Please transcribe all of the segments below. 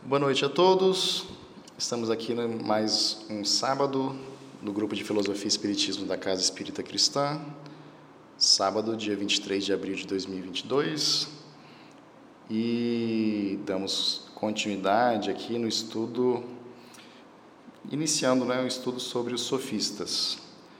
Boa noite a todos. Estamos aqui em mais um sábado no grupo de Filosofia e Espiritismo da Casa Espírita Cristã. Sábado, dia 23 de abril de 2022. E damos continuidade aqui no estudo, iniciando o estudo sobre os sofistas.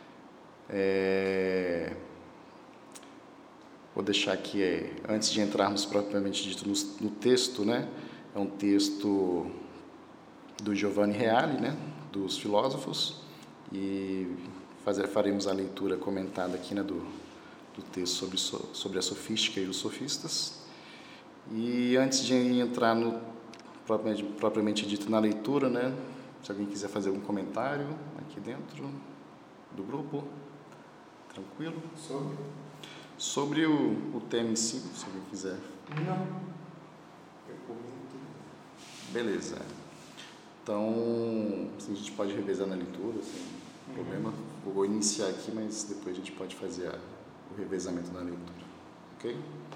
Vou deixar aqui, antes de entrarmos propriamente dito no texto, é um texto do Giovanni Reale, dos filósofos, e faremos a leitura comentada aqui do texto sobre a sofística e os sofistas. E antes de entrar propriamente dito na leitura, se alguém quiser fazer algum comentário aqui dentro do grupo, tranquilo? Sobre o tema em si, se alguém quiser. Não. Eu comento. Beleza. Então, a gente pode revezar na leitura, sem problema. Vou iniciar aqui, mas depois a gente pode fazer o revezamento na leitura. Ok?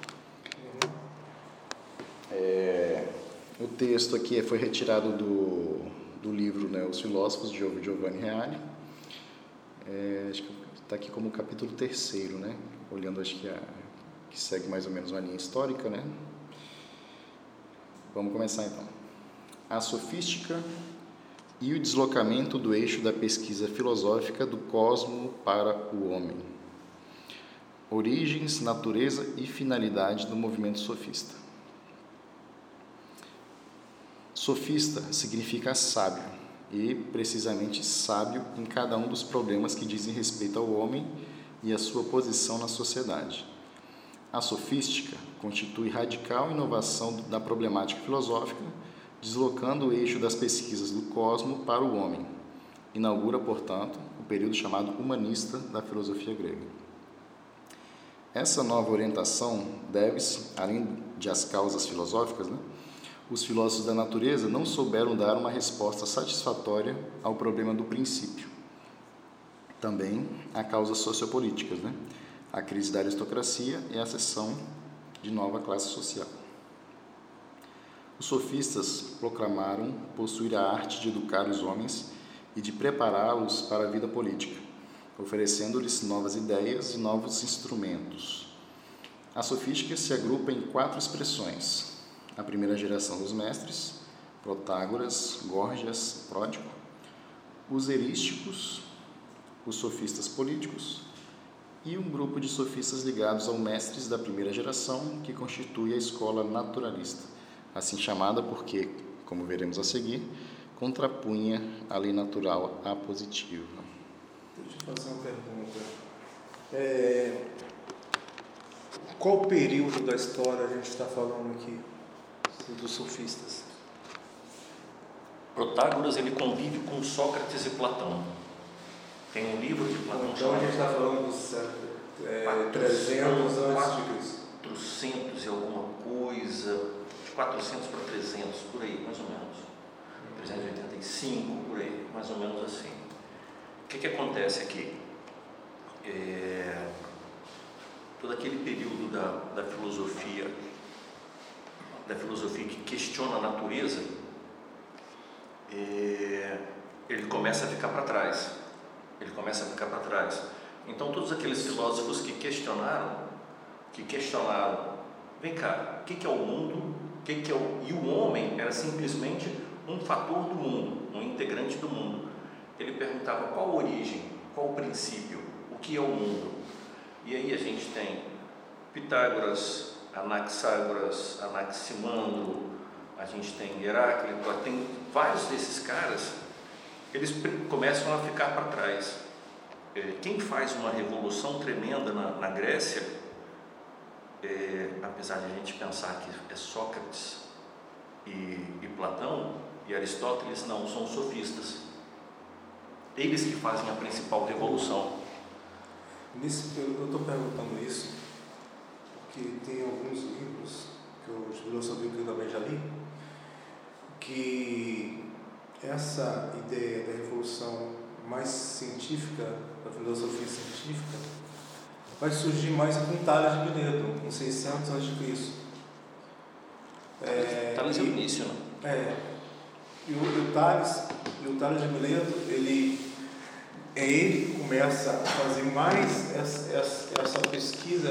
O texto aqui foi retirado do livro Os Filósofos, de Giovanni Reale. Acho que está aqui como capítulo 3º, olhando, acho que segue mais ou menos uma linha histórica, Vamos começar então. A sofística e o deslocamento do eixo da pesquisa filosófica do cosmo para o homem. Origens, natureza e finalidade do movimento sofista. Sofista significa sábio, e precisamente sábio em cada um dos problemas que dizem respeito ao homem e a sua posição na sociedade. A sofística constitui radical inovação da problemática filosófica, deslocando o eixo das pesquisas do cosmo para o homem. Inaugura, portanto, o período chamado humanista da filosofia grega. Essa nova orientação deve-se, além de as causas filosóficas, os filósofos da natureza não souberam dar uma resposta satisfatória ao problema do princípio. Também há causas sociopolíticas, a crise da aristocracia e a ascensão de nova classe social. Os sofistas proclamaram possuir a arte de educar os homens e de prepará-los para a vida política, oferecendo-lhes novas ideias e novos instrumentos. A sofística se agrupa em 4 expressões: a primeira geração dos mestres, Protágoras, Górgias, Pródico, os erísticos, os sofistas políticos e um grupo de sofistas ligados aos mestres da primeira geração, que constitui a escola naturalista, assim chamada porque, como veremos a seguir, contrapunha a lei natural à positiva. Deixa eu fazer uma pergunta. Qual período da história a gente está falando aqui dos sofistas? Protágoras, ele convive com Sócrates e Platão. Tem um livro de Platão. Então a gente está falando dos 300 antes de Cristo. 400 e alguma coisa, 400 para 300, por aí, mais ou menos. 385, por aí, mais ou menos assim. O que acontece aqui? Todo aquele período da filosofia que questiona a natureza, ele começa a ficar para trás. Então, todos aqueles filósofos que questionaram, vem cá, o que é o mundo? E o homem era simplesmente um fator do mundo, um integrante do mundo. Ele perguntava qual a origem, qual o princípio, o que é o mundo. E aí a gente tem Pitágoras, Anaxágoras, Anaximandro, a gente tem Heráclito, tem vários desses caras. Eles começam a ficar para trás. Quem faz uma revolução tremenda na Grécia, apesar de a gente pensar que é Sócrates e Platão e Aristóteles, não, são os sofistas. Eles que fazem a principal revolução. Eu estou perguntando isso porque tem alguns livros que eu estudei sobre, que eu também já li, que essa ideia da revolução mais científica, da filosofia científica, vai surgir mais com Tales de Mileto, em 600 a.C. Tales é o início, É, E o Tales de Mileto, ele que começa a fazer mais essa pesquisa,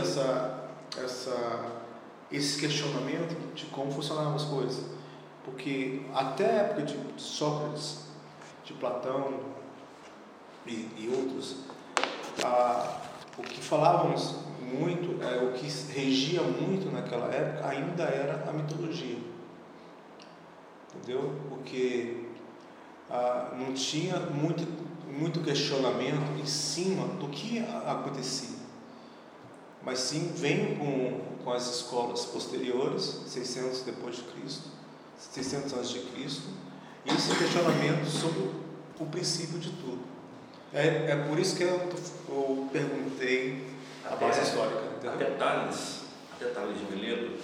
esse questionamento de como funcionavam as coisas. Porque até a época de Sócrates, de Platão e outros, o que falávamos muito, o que regia muito naquela época ainda era a mitologia. Entendeu? Porque não tinha muito questionamento em cima do que acontecia. Mas sim, vem com as escolas posteriores, 600 depois de Cristo, 600 antes de Cristo, e esse questionamento sobre o princípio de tudo. É por isso que eu perguntei a base histórica. Até Tales de Mileto,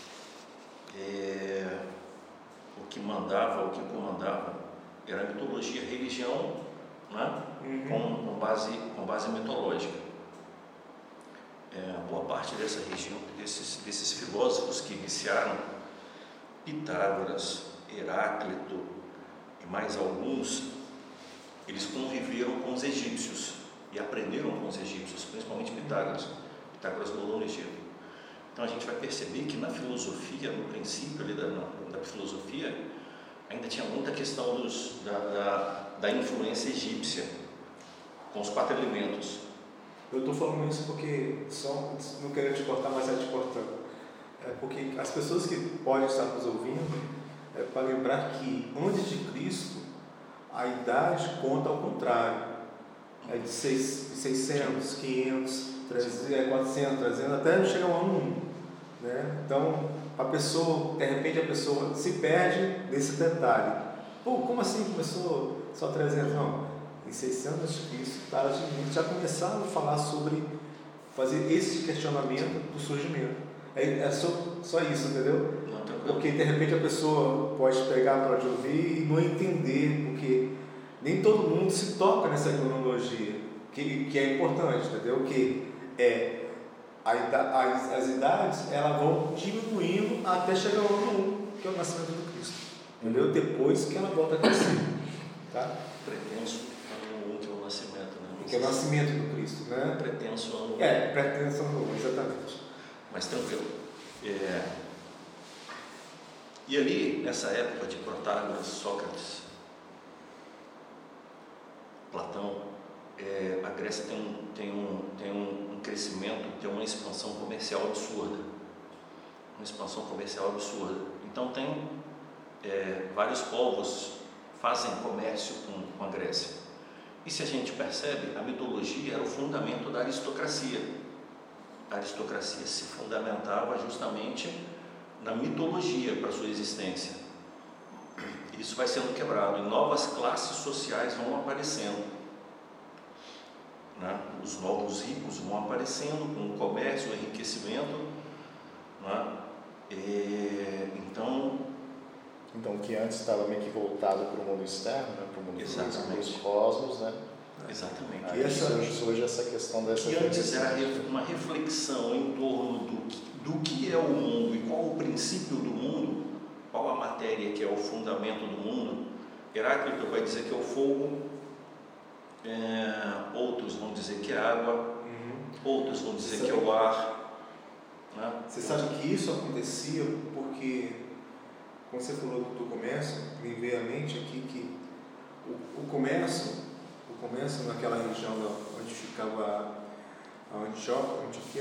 o que comandava era a mitologia, a religião, né? com base mitológica. Boa parte dessa região, desses filósofos que iniciaram, Pitágoras, Heráclito e mais alguns, eles conviveram com os egípcios e aprenderam com os egípcios, principalmente Pitágoras. Pitágoras morou no Egito. Então a gente vai perceber que na filosofia, no princípio ali da filosofia, ainda tinha muita questão da influência egípcia com os 4 elementos. Eu estou falando isso porque, não querendo te cortar, mas te cortando. Porque as pessoas que podem estar nos ouvindo, para lembrar que antes de Cristo, a idade conta ao contrário. É de 600, 500, 300, 400, 300, até chegar ao ano 1. Né? Então, de repente a pessoa se perde nesse detalhe. Pô, como assim começou só 300? Não, em 600 a.C., já começaram a falar sobre fazer esse questionamento do surgimento. É só isso, entendeu? Porque de repente a pessoa pode pegar para ouvir e não entender, porque nem todo mundo se toca nessa cronologia, que é importante, entendeu? Que as idades elas vão diminuindo até chegar ao ano 1, que é o nascimento do Cristo, entendeu? Depois que ela volta a crescer, tá? Pretenso ano 1, que é o nascimento, né? Que é o nascimento do Cristo, né? Pretenso ano 1. Pretenso ano 1, exatamente. Mas tranquilo. E ali, nessa época de Protágoras, Sócrates, Platão, a Grécia tem um crescimento, tem uma expansão comercial absurda. Então tem vários povos fazem comércio com a Grécia. E se a gente percebe, a mitologia era o fundamento da aristocracia. A aristocracia se fundamentava justamente na mitologia para sua existência. Isso vai sendo quebrado e novas classes sociais vão aparecendo, né? Os novos ricos vão aparecendo com o comércio, o enriquecimento, né? Então, que antes estava meio que voltado para o mundo externo, né? Para o mundo físico, para os cosmos, né? Exatamente. Aí surge essa questão dessa... Que antes era uma reflexão em torno do que é o mundo e qual o princípio do mundo, qual a matéria que é o fundamento do mundo. Heráclito vai dizer que é o fogo, outros vão dizer que é a água, outros vão dizer que é o ar. Né? Você sabe que isso acontecia porque, como você falou do comércio, me veio à mente aqui que o comércio naquela região onde ficava a Antioquia,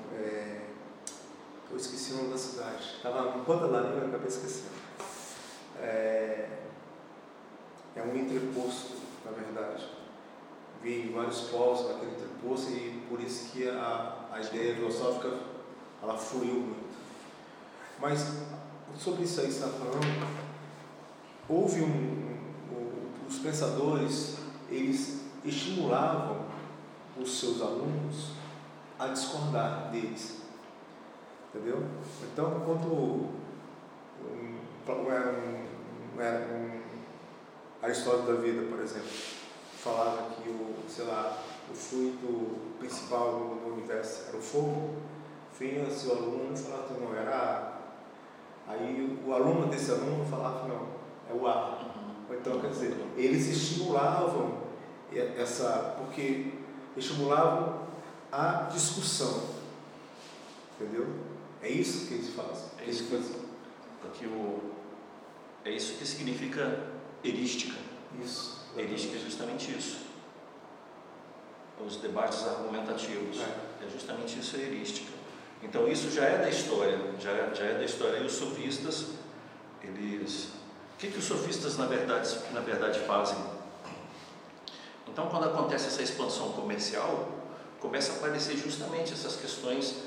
eu esqueci o nome da cidade, estava no ponta da língua, acabei esquecendo. É um entreposto, na verdade. Vi vários povos naquele entreposto e por isso que a ideia filosófica ela fluiu muito. Mas sobre isso aí que você está falando, houve os pensadores, eles estimulavam os seus alunos a discordar deles, entendeu? Então, quando Aristóteles da vida, por exemplo, falava que o fluido principal do universo era o fogo, vinha seu aluno e falava que não era água. Aí o aluno desse aluno falava que não, é o ar. Então, quer dizer, eles estimulavam porque estimulavam a discussão, entendeu? É isso que eles fazem. É isso é isso que significa erística. Isso. Erística é justamente isso. Os debates argumentativos. É justamente isso, a erística. Então isso já é da história, já é da história. E os sofistas, o que os sofistas na verdade fazem? Então, quando acontece essa expansão comercial, começa a aparecer justamente essas questões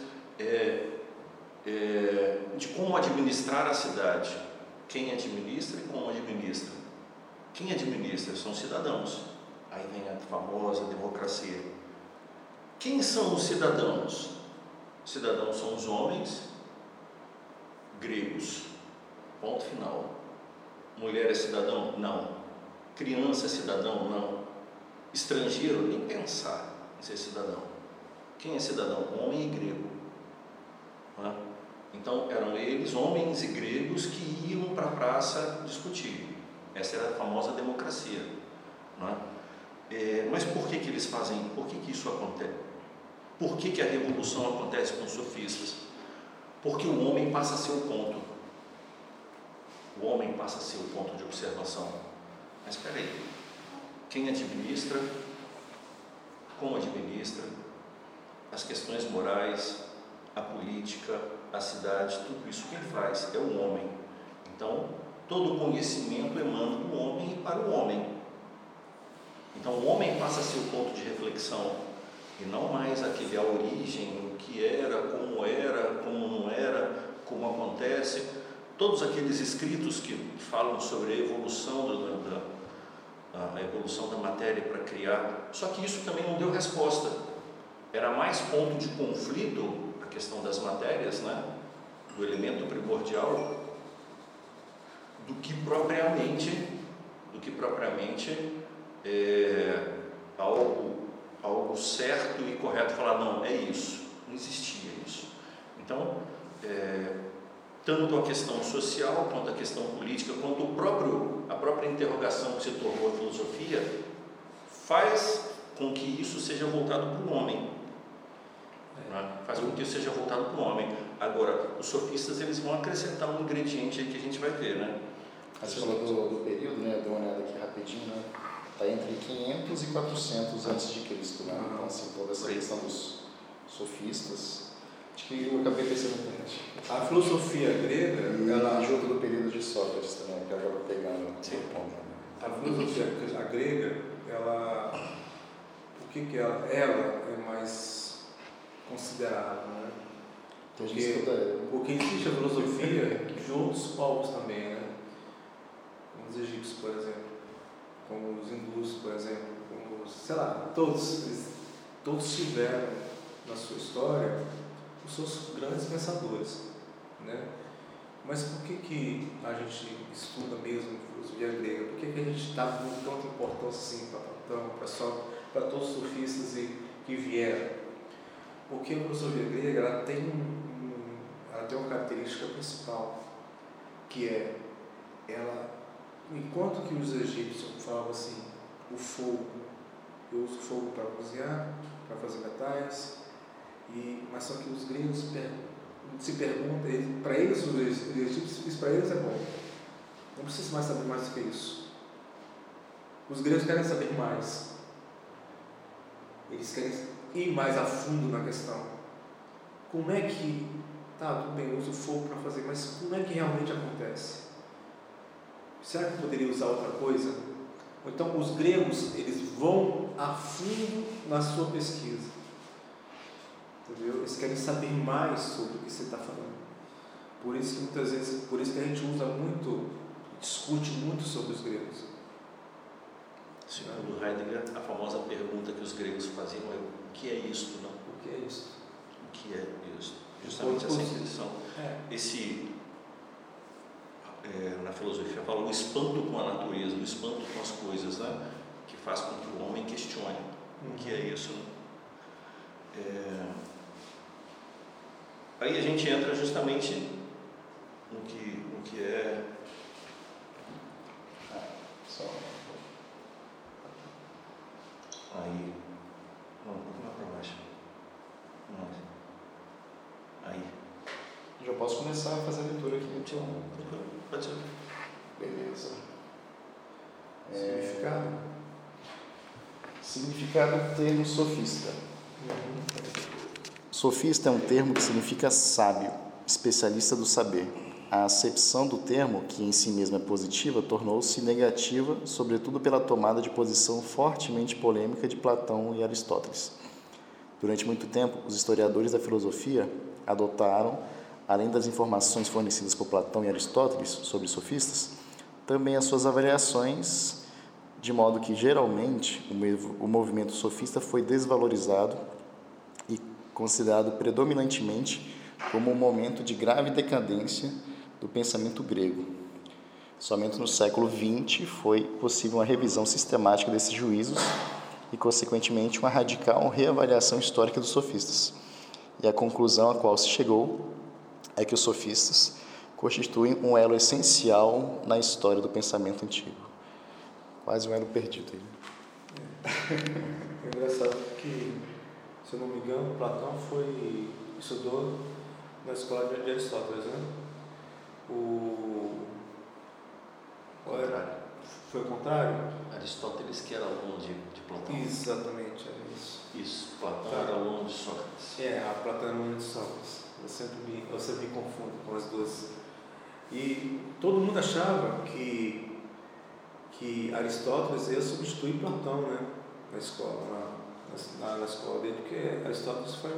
de como administrar a cidade. Quem administra e como administra. Quem administra são cidadãos. Aí vem a famosa democracia. Quem são os cidadãos? Os cidadãos são os homens gregos. Ponto final. Mulher é cidadão? Não. Criança é cidadão? Não. Estrangeiro? Nem pensar em ser cidadão. Quem é cidadão? Homem e grego. Não é? Então eram eles, homens e gregos, que iam para a praça discutir. Essa era a famosa democracia. Não é? Mas por que eles fazem? Por que isso acontece? Por que a revolução acontece com os sofistas? Porque o homem passa a ser o ponto. O homem passa a ser o ponto de observação. Mas espera aí, quem administra, como administra, as questões morais, a política, a cidade, tudo isso quem faz é o homem. Então, todo o conhecimento emana do homem e para o homem. Então, o homem passa a ser o ponto de reflexão e não mais aquele a origem, o que era, como não era, como acontece. Todos aqueles escritos que falam sobre a evolução a evolução da matéria para criar, só que isso também não deu resposta. Era mais ponto de conflito a questão das matérias, né? Do elemento primordial, do que propriamente algo certo e correto, falar não, é isso, não existia isso. Então, tanto a questão social, quanto a questão política, quanto a própria interrogação que se tornou a filosofia, faz com que isso seja voltado para o homem. Né? Faz com que isso seja voltado para o homem. Agora, os sofistas, eles vão acrescentar um ingrediente aí que a gente vai ver, né? Você falou do período, né? Dá uma olhada aqui rapidinho, né? Está entre 500 e 400 a.C., né? Então, assim, toda essa questão dos sofistas, acho que eu acabei pensando na internet. A filosofia grega, ela junto do período de Sócrates também, que eu acabo pegando o ponto. A filosofia grega, ela, por que ela é mais considerável, né? Porque existe a filosofia de outros povos também, né? Como os egípcios, por exemplo, como os hindus, por exemplo, como sei lá, todos tiveram na sua história os seus grandes pensadores, né? Mas por que a gente estuda mesmo a filosofia grega? Por que a gente está dando tanta importância assim para Platão, para todos os sofistas que vieram? Porque a filosofia grega ela tem uma característica principal, que é enquanto que os egípcios falavam assim, o fogo, eu uso fogo para cozinhar, para fazer metais, mas só que os gregos se perguntam, para eles, os egípcios, isso para eles é bom, não precisa mais saber mais do que isso. Os gregos querem saber mais, eles querem ir mais a fundo na questão. Como é que, tudo bem, eu uso fogo para fazer, mas como é que realmente acontece? Será que poderia usar outra coisa? Ou então os gregos, eles vão a fundo na sua pesquisa, entendeu? Eles querem saber mais sobre o que você está falando. Por isso que muitas vezes, por isso que a gente usa muito, discute muito sobre os gregos. Segundo Heidegger, a famosa pergunta que os gregos faziam é: o que é isto? Não? O que é isto? O que é isto? Justamente essa inquisição. Na filosofia fala o espanto com a natureza, o espanto com as coisas, né? Que faz com que o homem questione o que é isso. Aí a gente entra justamente no que é posso começar a fazer a leitura aqui. Então, pode ser. Beleza. Significado? Significado do termo sofista. Sofista é um termo que significa sábio, especialista do saber. A acepção do termo, que em si mesma é positiva, tornou-se negativa, sobretudo pela tomada de posição fortemente polêmica de Platão e Aristóteles. Durante muito tempo, os historiadores da filosofia adotaram, além das informações fornecidas por Platão e Aristóteles sobre sofistas, também as suas avaliações, de modo que, geralmente, o movimento sofista foi desvalorizado e considerado predominantemente como um momento de grave decadência do pensamento grego. Somente no século XX foi possível uma revisão sistemática desses juízos e, consequentemente, uma radical reavaliação histórica dos sofistas. E a conclusão a qual se chegou é que os sofistas constituem um elo essencial na história do pensamento antigo. Quase um elo perdido aí. É engraçado que, se eu não me engano, Platão estudou na escola de Aristóteles, né? Contrário. Foi o contrário? Aristóteles, que era aluno de Platão. Exatamente, era isso. Isso, Platão era aluno de Sócrates. A Platão era aluno de Sócrates. Eu sempre me confundo com as duas. E todo mundo achava que Aristóteles ia substituir Platão, né? Na escola, na escola dele, porque Aristóteles foi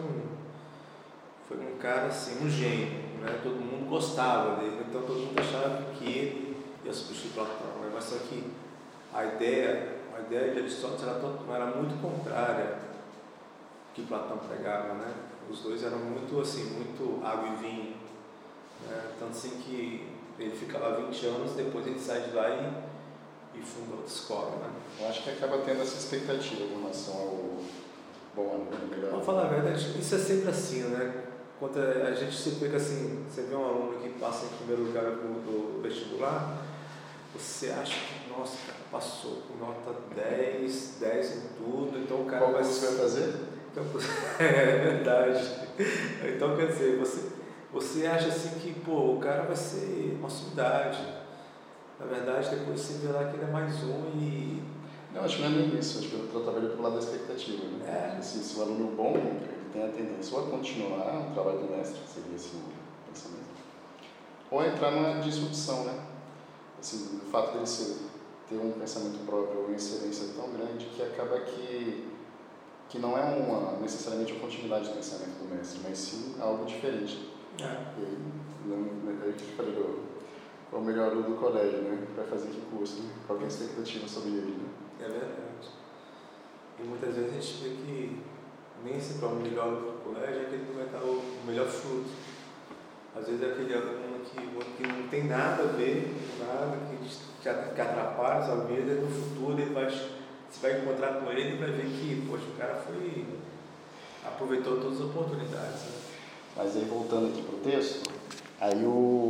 um cara assim, um gênio, né? Todo mundo gostava dele, então todo mundo achava que ele ia substituir Platão, né? Mas só que a ideia de Aristóteles era muito contrária ao que Platão pregava, né? Os dois eram muito água e vinho, né? Tanto assim que ele fica lá 20 anos, depois ele sai de lá e funda outra escola, né? Eu acho que acaba tendo essa expectativa em relação ao bom, melhor. Vamos falar a verdade, isso é sempre assim, né? Quando a gente se pega assim, você vê um aluno que passa em primeiro lugar do vestibular, você acha que, nossa, cara, passou com nota 10 em tudo, então o cara Qual você vai fazer? Então, é verdade. Então, quer dizer, você acha assim que, o cara vai ser uma sumidade. Na verdade, depois você vê lá que ele é mais um e... Não, acho que não é nem isso. Acho que eu trabalho pelo lado da expectativa, né? Se o aluno é bom, ele tem a tendência ou a continuar o trabalho do mestre, que seria assim, o pensamento, ou a entrar numa disrupção, né? Assim, o fato dele ter um pensamento próprio ou uma excelência tão grande que acaba que não é necessariamente uma continuidade do pensamento do mestre, mas sim algo diferente. E aí, eu te falei, qual o melhor aluno do colégio, né? Vai fazer que curso, né? Qual é a expectativa sobre ele, né? É verdade. E muitas vezes a gente vê que nem sempre é o melhor aluno do colégio, é aquele que vai dar o melhor fruto. Às vezes é aquele aluno que não tem nada a ver com nada, que atrapalha a sua vida, e no futuro você vai encontrar com ele e vai ver que, poxa, o cara aproveitou todas as oportunidades. Né? Mas aí, voltando aqui para o texto, aí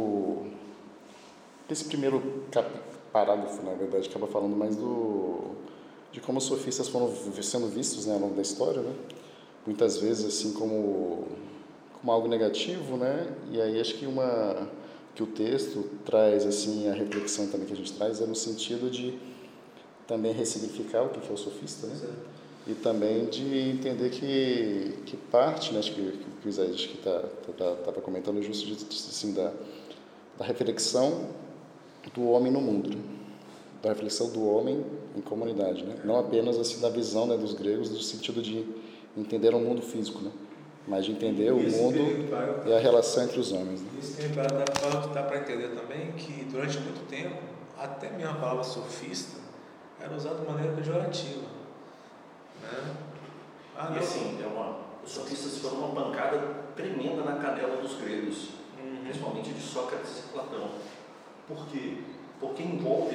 esse primeiro parágrafo, na verdade, acaba falando mais de como os sofistas foram sendo vistos, né, ao longo da história, né? Muitas vezes assim como algo negativo, né? E aí acho que o texto traz assim a reflexão também que a gente traz é no sentido de também ressignificar o que é o sofista, né? Sim. E também de entender que parte, né, acho que o Isaías que estava comentando justo assim da reflexão do homem no mundo, né? Da reflexão do homem em comunidade, né? Não apenas assim da visão, né, dos gregos no sentido de entender o mundo físico, né? Mas de entender o mundo e a relação entre os homens. Né? Isso que dá para entender também que durante muito tempo, até mesmo a palavra sofista era usada de maneira pejorativa. Né? E assim, os sofistas foram uma pancada tremenda na canela dos gregos, principalmente de Sócrates e Platão. Por quê? Porque envolve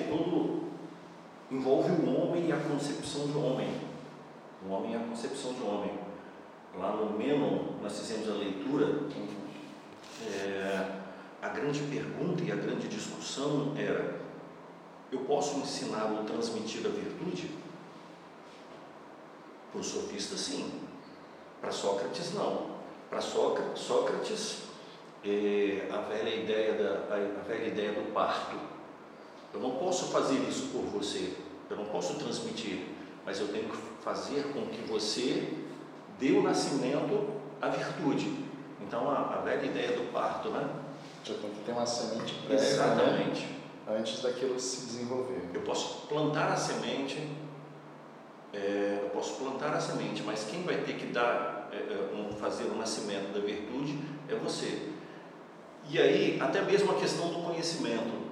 o homem e a concepção de homem. O homem e a concepção de homem. Lá no Mênon, nós fizemos a leitura, a grande pergunta e a grande discussão era: eu posso ensinar ou transmitir a virtude? Para os sofistas, sim. Para Sócrates, não. Para Sócrates, a velha ideia do parto. Eu não posso fazer isso por você, eu não posso transmitir, mas eu tenho que fazer com que você dê o nascimento à virtude. Então, a velha ideia do parto, né? Já tem que ter uma semente prévia, Exatamente. Né? Antes daquilo se desenvolver. Eu posso plantar a semente, mas quem vai ter que fazer o nascimento da virtude é você. E aí, até mesmo a questão do conhecimento.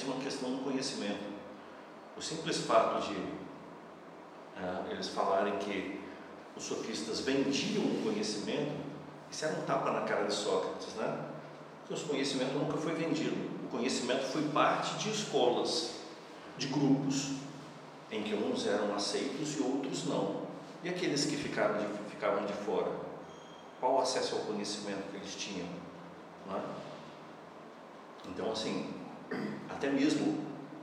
O simples fato de eles falarem que os sofistas vendiam o conhecimento, isso era um tapa na cara de Sócrates, né? Porque o conhecimento nunca foi vendido. O conhecimento foi parte de escolas, de grupos, em que uns eram aceitos e outros não. E aqueles que ficavam de fora? Qual o acesso ao conhecimento que eles tinham? Não é? Então, assim, até mesmo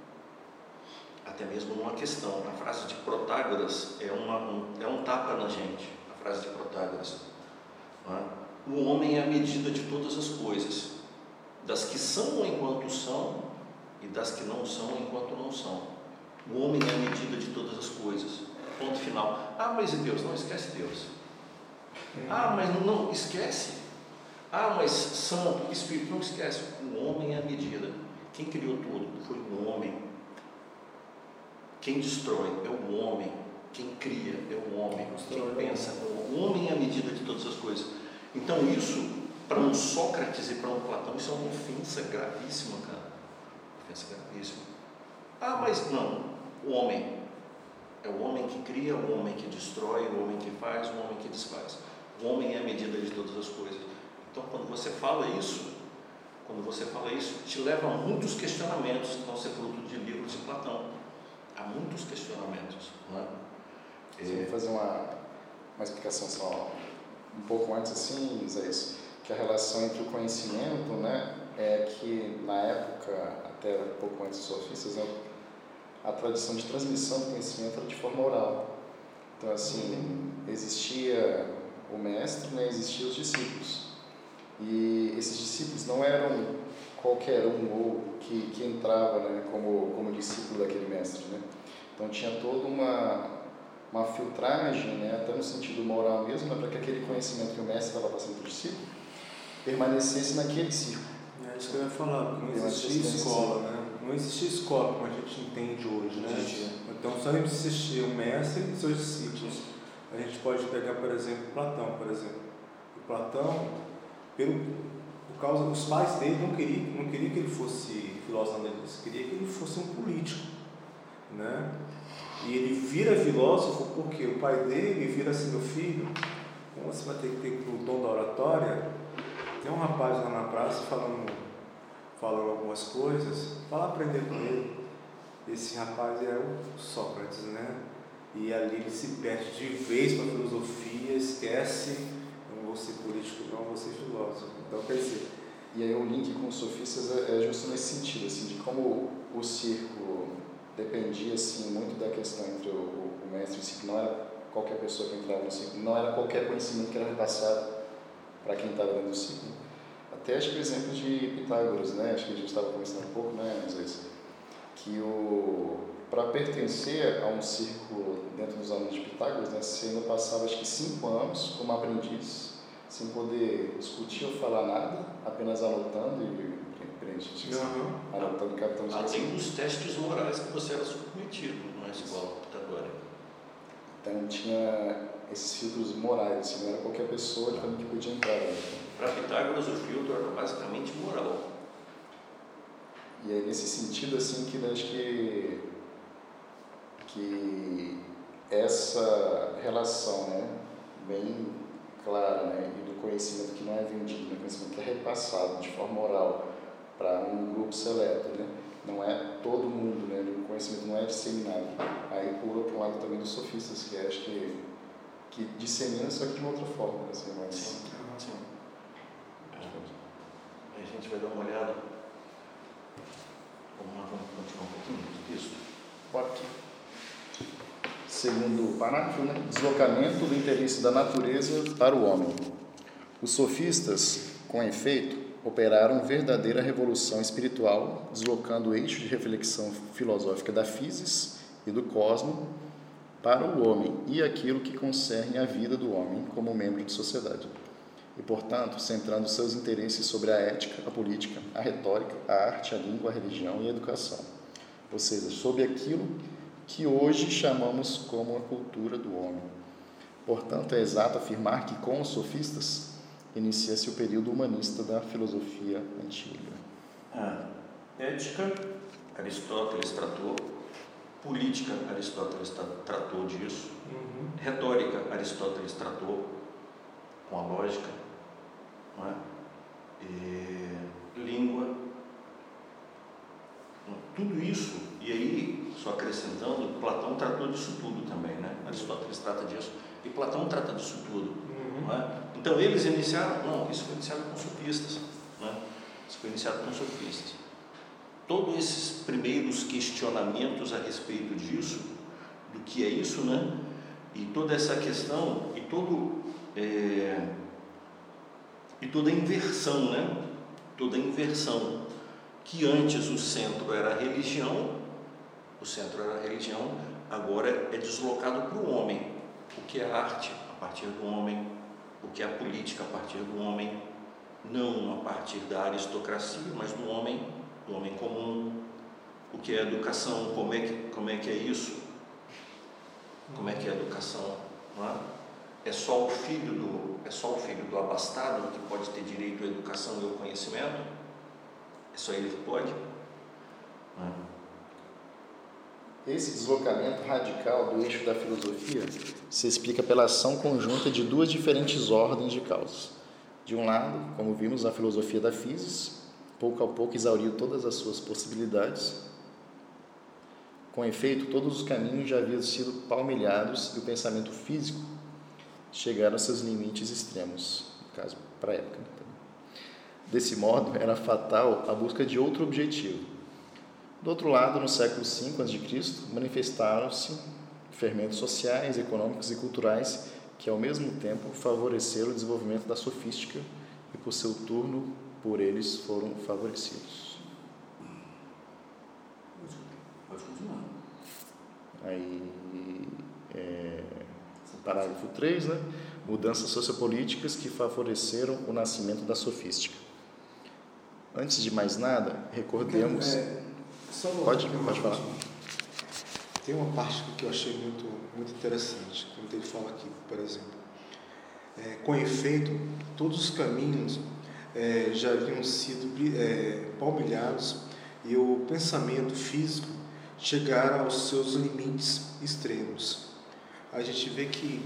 numa questão, a frase de Protágoras é um tapa na gente, a frase de Protágoras. Não é? O homem é a medida de todas as coisas, das que são enquanto são e das que não são enquanto não são. O homem é a medida de todas as coisas. Ponto final. Mas e Deus? Não esquece Deus. Mas não esquece. Mas Santo, Espírito, não esquece. O homem é a medida. Quem criou tudo foi o homem. Quem destrói é o homem. Quem cria é o homem. Quem pensa é o homem. É a medida de todas as coisas. Então isso, para um Sócrates e para um Platão, isso é uma ofensa gravíssima, cara. Ofensa gravíssima. Mas não. O homem é o homem que cria, o homem que destrói, o homem que faz, o homem que desfaz. O homem é a medida de todas as coisas. Então, quando você fala isso, te leva a muitos questionamentos que vão ser fruto de livros de Platão. Há muitos questionamentos, não é? Vou fazer uma explicação só um pouco antes, assim, Isaías, que a relação entre o conhecimento, né, é que na época, até um pouco antes dos sofistas, né, a tradição de transmissão do conhecimento era de forma oral. Então, assim, existia o mestre, né, existiam os discípulos. E esses discípulos não eram qualquer um ou que entrava, né, como discípulo daquele mestre, né? Então tinha toda uma filtragem, né, até no sentido moral mesmo, né, para que aquele conhecimento que o mestre estava passando para o discípulo permanecesse naquele círculo. É isso que eu ia falar, não existia escola, né? Não existia escola como a gente entende hoje, né? Então só existia o mestre e seus discípulos. A gente pode pegar, por exemplo, Platão, por exemplo. O Platão, por causa dos pais dele, não queria que ele fosse filósofo analista, queria que ele fosse um político, né? E ele vira filósofo porque o pai dele vira assim: meu filho, como você vai ter que ter o dom da oratória? Tem um rapaz lá na praça falando algumas coisas, vai lá aprender com ele. Esse rapaz é o Sócrates, né? E ali ele se perde de vez para a filosofia, esquece: não vou ser político, não vou ser filósofo. Então, quer dizer, e aí o link com os sofistas é justo nesse sentido, assim, de como o círculo dependia, assim, muito da questão entre o mestre e o discípulo. Não era qualquer pessoa que entrava no círculo, não era qualquer conhecimento que era repassado para quem estava dentro do círculo. Até acho que o exemplo de Pitágoras, né? Acho que a gente estava conversando um pouco, né, Moisés? Que para pertencer a um círculo dentro dos alunos de Pitágoras, né, você ainda passava acho que 5 anos como aprendiz, sem poder discutir ou falar nada, apenas anotando e anotando o capitão de além dos testes morais que você era submetido na escola pitagórica. Então tinha esses filtros morais, assim, não era qualquer pessoa que podia entrar. Né? Para Pitágoras o filtro era basicamente moral. E é nesse sentido assim que eu acho que essa relação, né, bem clara, né, e do conhecimento que não é vendido, né, conhecimento que é repassado de forma oral para um grupo seleto, né, não é todo mundo, né, o conhecimento não é disseminado. Aí pula para um lado também dos sofistas, que acho que dissemina, só que de uma outra forma, assim, mas... Sim. A gente vai dar uma olhada. Vamos continuar um pouquinho do texto. Pode. Segundo parágrafo, né? Deslocamento do interesse da natureza para o homem. Os sofistas, com efeito, operaram verdadeira revolução espiritual, deslocando o eixo de reflexão filosófica da physis e do cosmo para o homem e aquilo que concerne a vida do homem como membro de sociedade. E, portanto, centrando seus interesses sobre a ética, a política, a retórica, a arte, a língua, a religião e a educação. Ou seja, sobre aquilo que hoje chamamos como a cultura do homem. Portanto, é exato afirmar que com os sofistas inicia-se o período humanista da filosofia antiga. Ética, Aristóteles tratou. Política, Aristóteles tratou disso. Retórica, Aristóteles tratou com a lógica, não é? Língua, tudo isso. E aí, só acrescentando, Platão tratou disso tudo também, né? Aristóteles trata disso e Platão trata disso tudo, não é? Então eles iniciaram, não, isso foi iniciado com sofistas, né? Isso foi iniciado com sofistas. Todos esses primeiros questionamentos a respeito disso, do que é isso, né? E toda essa questão, e toda a inversão, né? Toda a inversão, que antes o centro era a religião, agora é deslocado para o homem. O que é arte a partir do homem, o que é a política a partir do homem, não a partir da aristocracia, mas do homem comum. O que é educação, como é que é isso? Como é que é a educação? Não é? É só o filho do abastado que pode ter direito à educação e ao conhecimento? É só ele que pode? Não é? Esse deslocamento radical do eixo da filosofia se explica pela ação conjunta de duas diferentes ordens de causas. De um lado, como vimos, a filosofia da physis, pouco a pouco exauriu todas as suas possibilidades. Com efeito, todos os caminhos já haviam sido palmilhados e o pensamento físico chegaram aos seus limites extremos, no caso, para a época. Desse modo, era fatal a busca de outro objetivo. Do outro lado, no século V a.C., manifestaram-se fermentos sociais, econômicos e culturais que, ao mesmo tempo, favoreceram o desenvolvimento da sofística e, por seu turno, por eles foram favorecidos. Pode continuar. Aí, parágrafo 3, né? Mudanças sociopolíticas que favoreceram o nascimento da sofística. Antes de mais nada, recordemos... Pode falar. Tem uma parte que eu achei muito interessante, quando ele fala aqui, por exemplo. Com efeito, todos os caminhos já haviam sido palmilhados e o pensamento físico chegara aos seus limites extremos. A gente vê que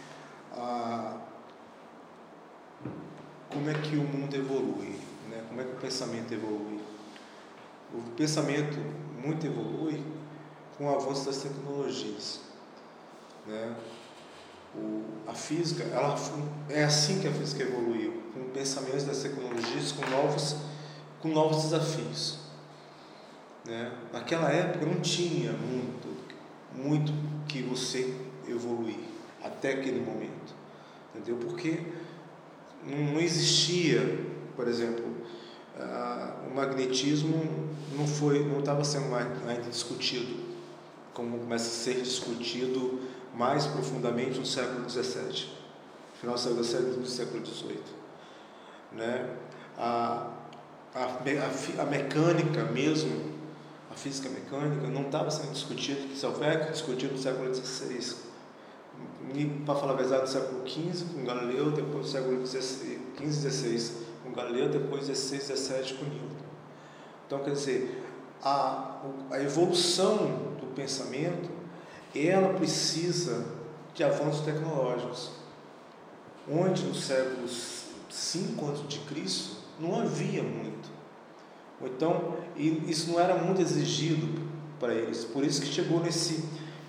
como é que o mundo evolui, né? Como é que o pensamento evolui. O pensamento muito evolui com o avanço das tecnologias, né? A física, é assim que a física evoluiu, com pensamentos das tecnologias, com novos desafios, né? Naquela época não tinha muito que você evoluir até aquele momento, entendeu? Porque não existia, por exemplo, o magnetismo não estava sendo ainda discutido, como começa a ser discutido mais profundamente no século XVII, final do século XVII e do século XVIII, né? A mecânica mesmo, a física mecânica não estava sendo discutida, que só foi discutido no século XVI, para falar a verdade, no século XV com Galileu, depois no século XV e XVI com Galileu, depois XVI e XVII com Newton. Então, quer dizer, a evolução do pensamento, ela precisa de avanços tecnológicos, onde no século V a.C. não havia muito. Então, isso não era muito exigido para eles, por isso que chegou nesse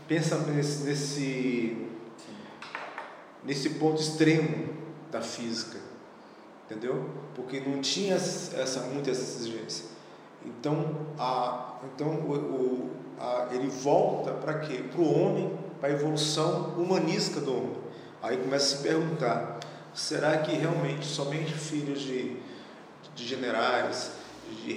ponto extremo da física, entendeu? Porque não tinha muita essa exigência. Então ele volta para quê? Para o homem, para a evolução humanística do homem. Aí começa a se perguntar: será que realmente somente filhos de generais, de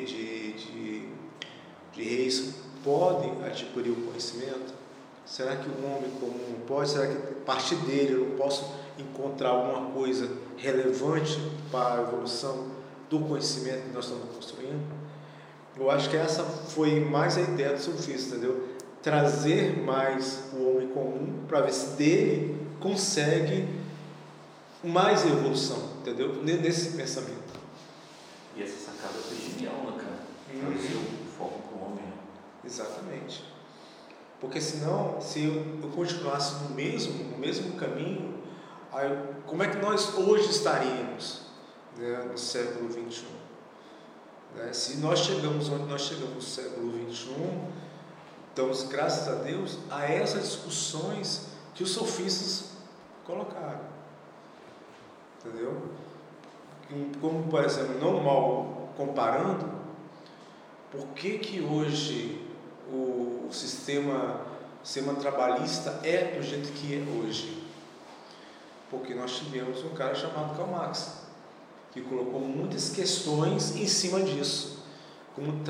reis podem adquirir o conhecimento? Será que o homem comum pode? Será que a partir dele eu não posso encontrar alguma coisa relevante para a evolução do conhecimento que nós estamos construindo? Eu acho que essa foi mais a ideia do sofista, entendeu? Trazer mais o homem comum para ver se dele consegue mais evolução, entendeu? Nesse pensamento. E essa sacada foi genial, né, cara? Trazer o foco para o homem. Exatamente. Porque senão, se eu continuasse no mesmo caminho, aí, como é que nós hoje estaríamos, né, no século XXI? Né? Se nós chegamos onde nós chegamos no século XXI, damos graças a Deus a essas discussões que os sofistas colocaram. Entendeu? Como, por exemplo, não mal comparando, por que hoje o sistema trabalhista é do jeito que é hoje? Porque nós tivemos um cara chamado Karl Marx, que colocou muitas questões em cima disso, como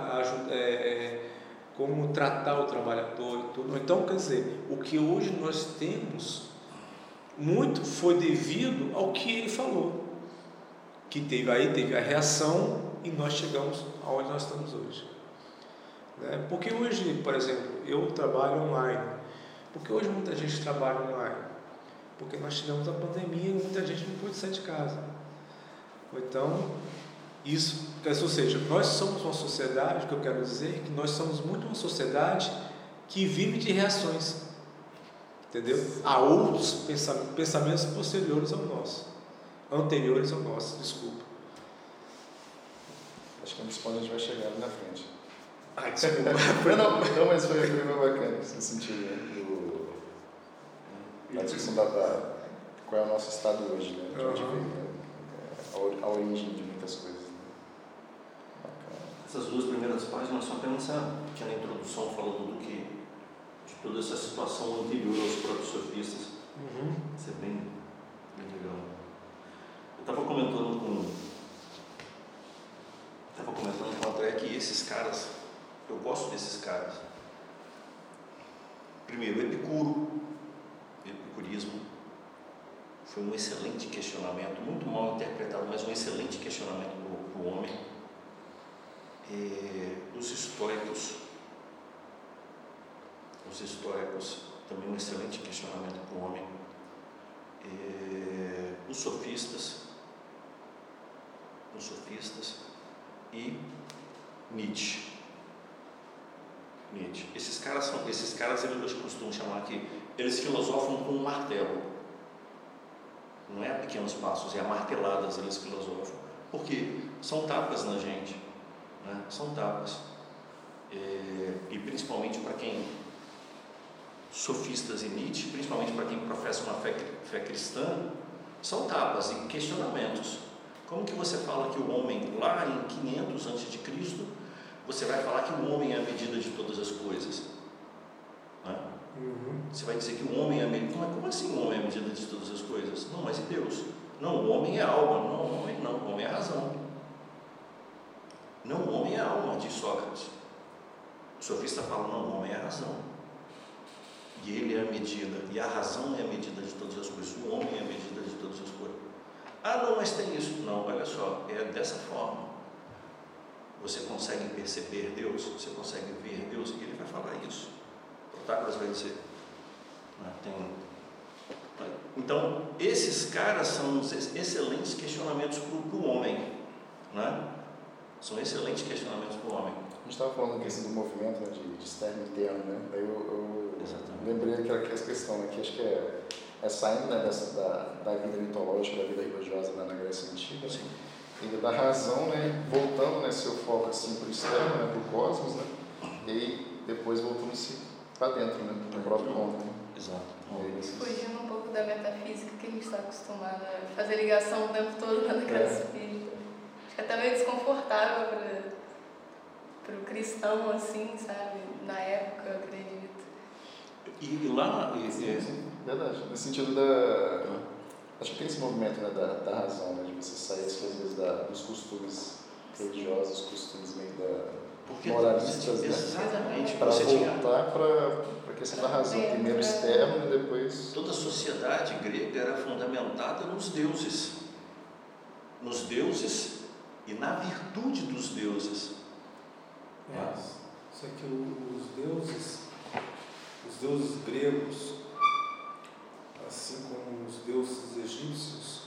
tratar o trabalhador e tudo. Então, quer dizer, o que hoje nós temos, muito foi devido ao que ele falou, que teve a reação e nós chegamos aonde nós estamos hoje. Né? Porque hoje, por exemplo, eu trabalho online. Porque hoje muita gente trabalha online? Porque nós tivemos a pandemia e muita gente não pôde sair de casa. Então, ou seja, nós somos uma sociedade, o que eu quero dizer é que nós somos muito uma sociedade que vive de reações, entendeu? Há outros pensamentos posteriores ao nosso, anteriores ao nosso, desculpa. Acho que nesse ponto a gente vai chegar ali na frente. Ai, desculpa. não, mas foi bem bacana nesse sentido, né? Da discussão qual é o nosso estado hoje, né? De onde veio, a origem de muitas coisas. Essas duas primeiras páginas são apenas essa pequena introdução falando de toda essa situação anterior aos próprios sofistas. Isso é bem legal. Eu estava comentando com o André que esses caras, eu gosto desses caras. Primeiro, epicurismo foi um excelente questionamento, muito mal interpretado, mas um excelente questionamento para o homem. Os estoicos também um excelente questionamento para o homem. Os sofistas e Nietzsche. Esses caras eu costumo chamar que eles filosofam com um martelo. Não é a pequenos passos, é a marteladas eles filosofam. Porque são tapas na gente. Né? São tapas. E principalmente para quem, sofistas e Nietzsche, principalmente para quem professa uma fé cristã, são tapas e questionamentos. Como que você fala que o homem, lá em 500 a.C., você vai falar que o homem é a medida de todas as coisas? Né? Você vai dizer que o homem é a medida. Como assim o homem é a medida de todas as coisas? Não, mas e Deus? Não, o homem é alma. Não, o homem é razão. Não, o homem é alma, diz Sócrates. O sofista fala, não, o homem é a razão. E ele é a medida, e a razão é a medida de todas as coisas. O homem é a medida de todas as coisas. Ah, não, mas tem isso. Não, olha só, é dessa forma. Você consegue perceber Deus, você consegue ver Deus, e ele vai falar isso. Protágoras vai dizer. Então, esses caras são excelentes questionamentos para o homem. Né? São excelentes questionamentos para o homem. A gente estava falando aqui do movimento, né, de externo e interno, né? Daí eu lembrei aquela questão, né, que acho que é saindo, né, da vida mitológica, da vida religiosa na Grécia Antiga, Sim. E da razão, né, voltando, né, seu foco assim para o externo, né, para o cosmos, né, e depois voltando-se para dentro, né, no próprio homem. Né? Exato. Fugindo um pouco da metafísica que a gente está acostumado a fazer ligação o tempo todo na casa espírita. Acho que é até meio desconfortável para o cristão, assim, sabe? Na época, eu acredito. E lá... Sim, verdade. No sentido Acho que tem esse movimento, né, da razão, né, de você sair às vezes dos costumes religiosos, costumes meio moralistas, né? Exatamente. Para voltar para a questão da razão, primeiro externo e depois... Toda a sociedade grega era fundamentada nos deuses e na virtude dos deuses. Isso aqui, os deuses gregos, assim como os deuses egípcios,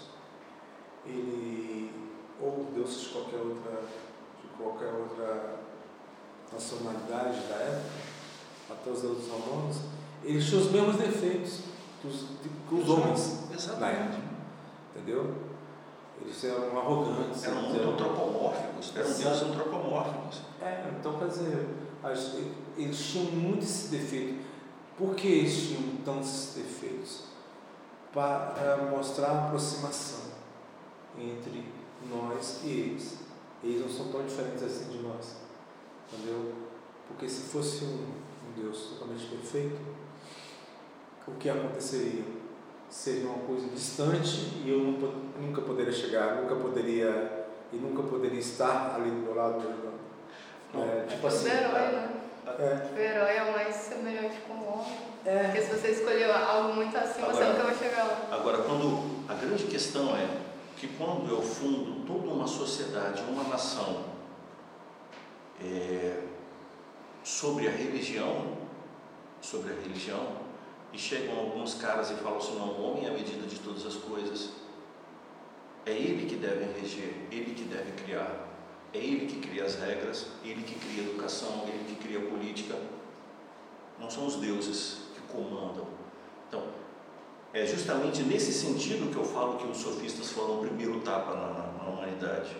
ou deuses de qualquer outra nacionalidade da época, até os deuses romanos, eles tinham os mesmos defeitos que os homens da época, entendeu? Eles eram arrogantes, eram muito antropomórficos, eram deuses antropomórficos. Então quer dizer, eles tinham muito esse defeito. Por que eles tinham tantos defeitos? Para mostrar a aproximação entre nós e eles. Eles não são tão diferentes assim de nós, entendeu? Porque se fosse um Deus totalmente perfeito, o que aconteceria? Seria uma coisa distante e eu nunca poderia chegar, nunca poderia estar ali do meu lado me ajudando. Tipo assim, o herói, né? O herói é o mais semelhante com o homem. Porque se você escolheu algo muito acima, você nunca vai chegar lá. Agora, a grande questão é que quando eu fundo toda uma sociedade, uma nação, sobre a religião, e chegam alguns caras e falam assim, não, o homem é a medida de todas as coisas, é ele que deve reger, ele que deve criar, é ele que cria as regras, ele que cria a educação, ele que cria a política, não são os deuses que comandam. Então, é justamente nesse sentido que eu falo que os sofistas foram o primeiro tapa na humanidade,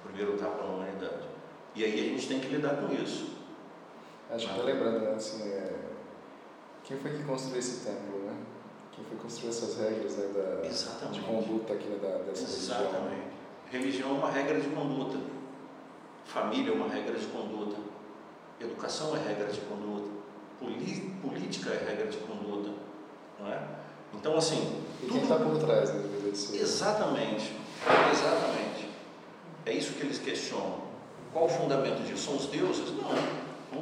e aí a gente tem que lidar com isso. Acho que lembrando, né, assim, quem foi que construiu esse templo, né? Quem foi que construiu essas regras, né, de conduta aqui, né, dessa religião? Exatamente. Religião é uma regra de conduta, família é uma regra de conduta, educação é regra de conduta, política é regra de conduta, não é? Então, assim... E quem está por trás, né? Exatamente. É isso que eles questionam. Qual o fundamento disso? São os deuses? Não, são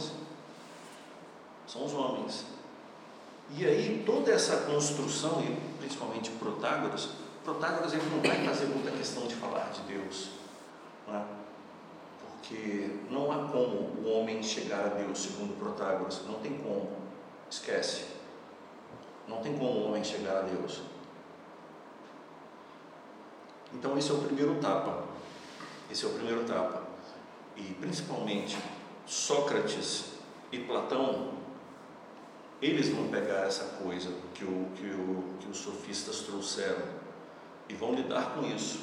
os homens. E aí toda essa construção, e principalmente Protágoras ele não vai fazer muita questão de falar de Deus, não é? Porque não há como o homem chegar a Deus, segundo Protágoras, não tem como, esquece, não tem como o homem chegar a Deus. Então esse é o primeiro tapa, e principalmente Sócrates e Platão, eles vão pegar essa coisa que os sofistas trouxeram e vão lidar com isso.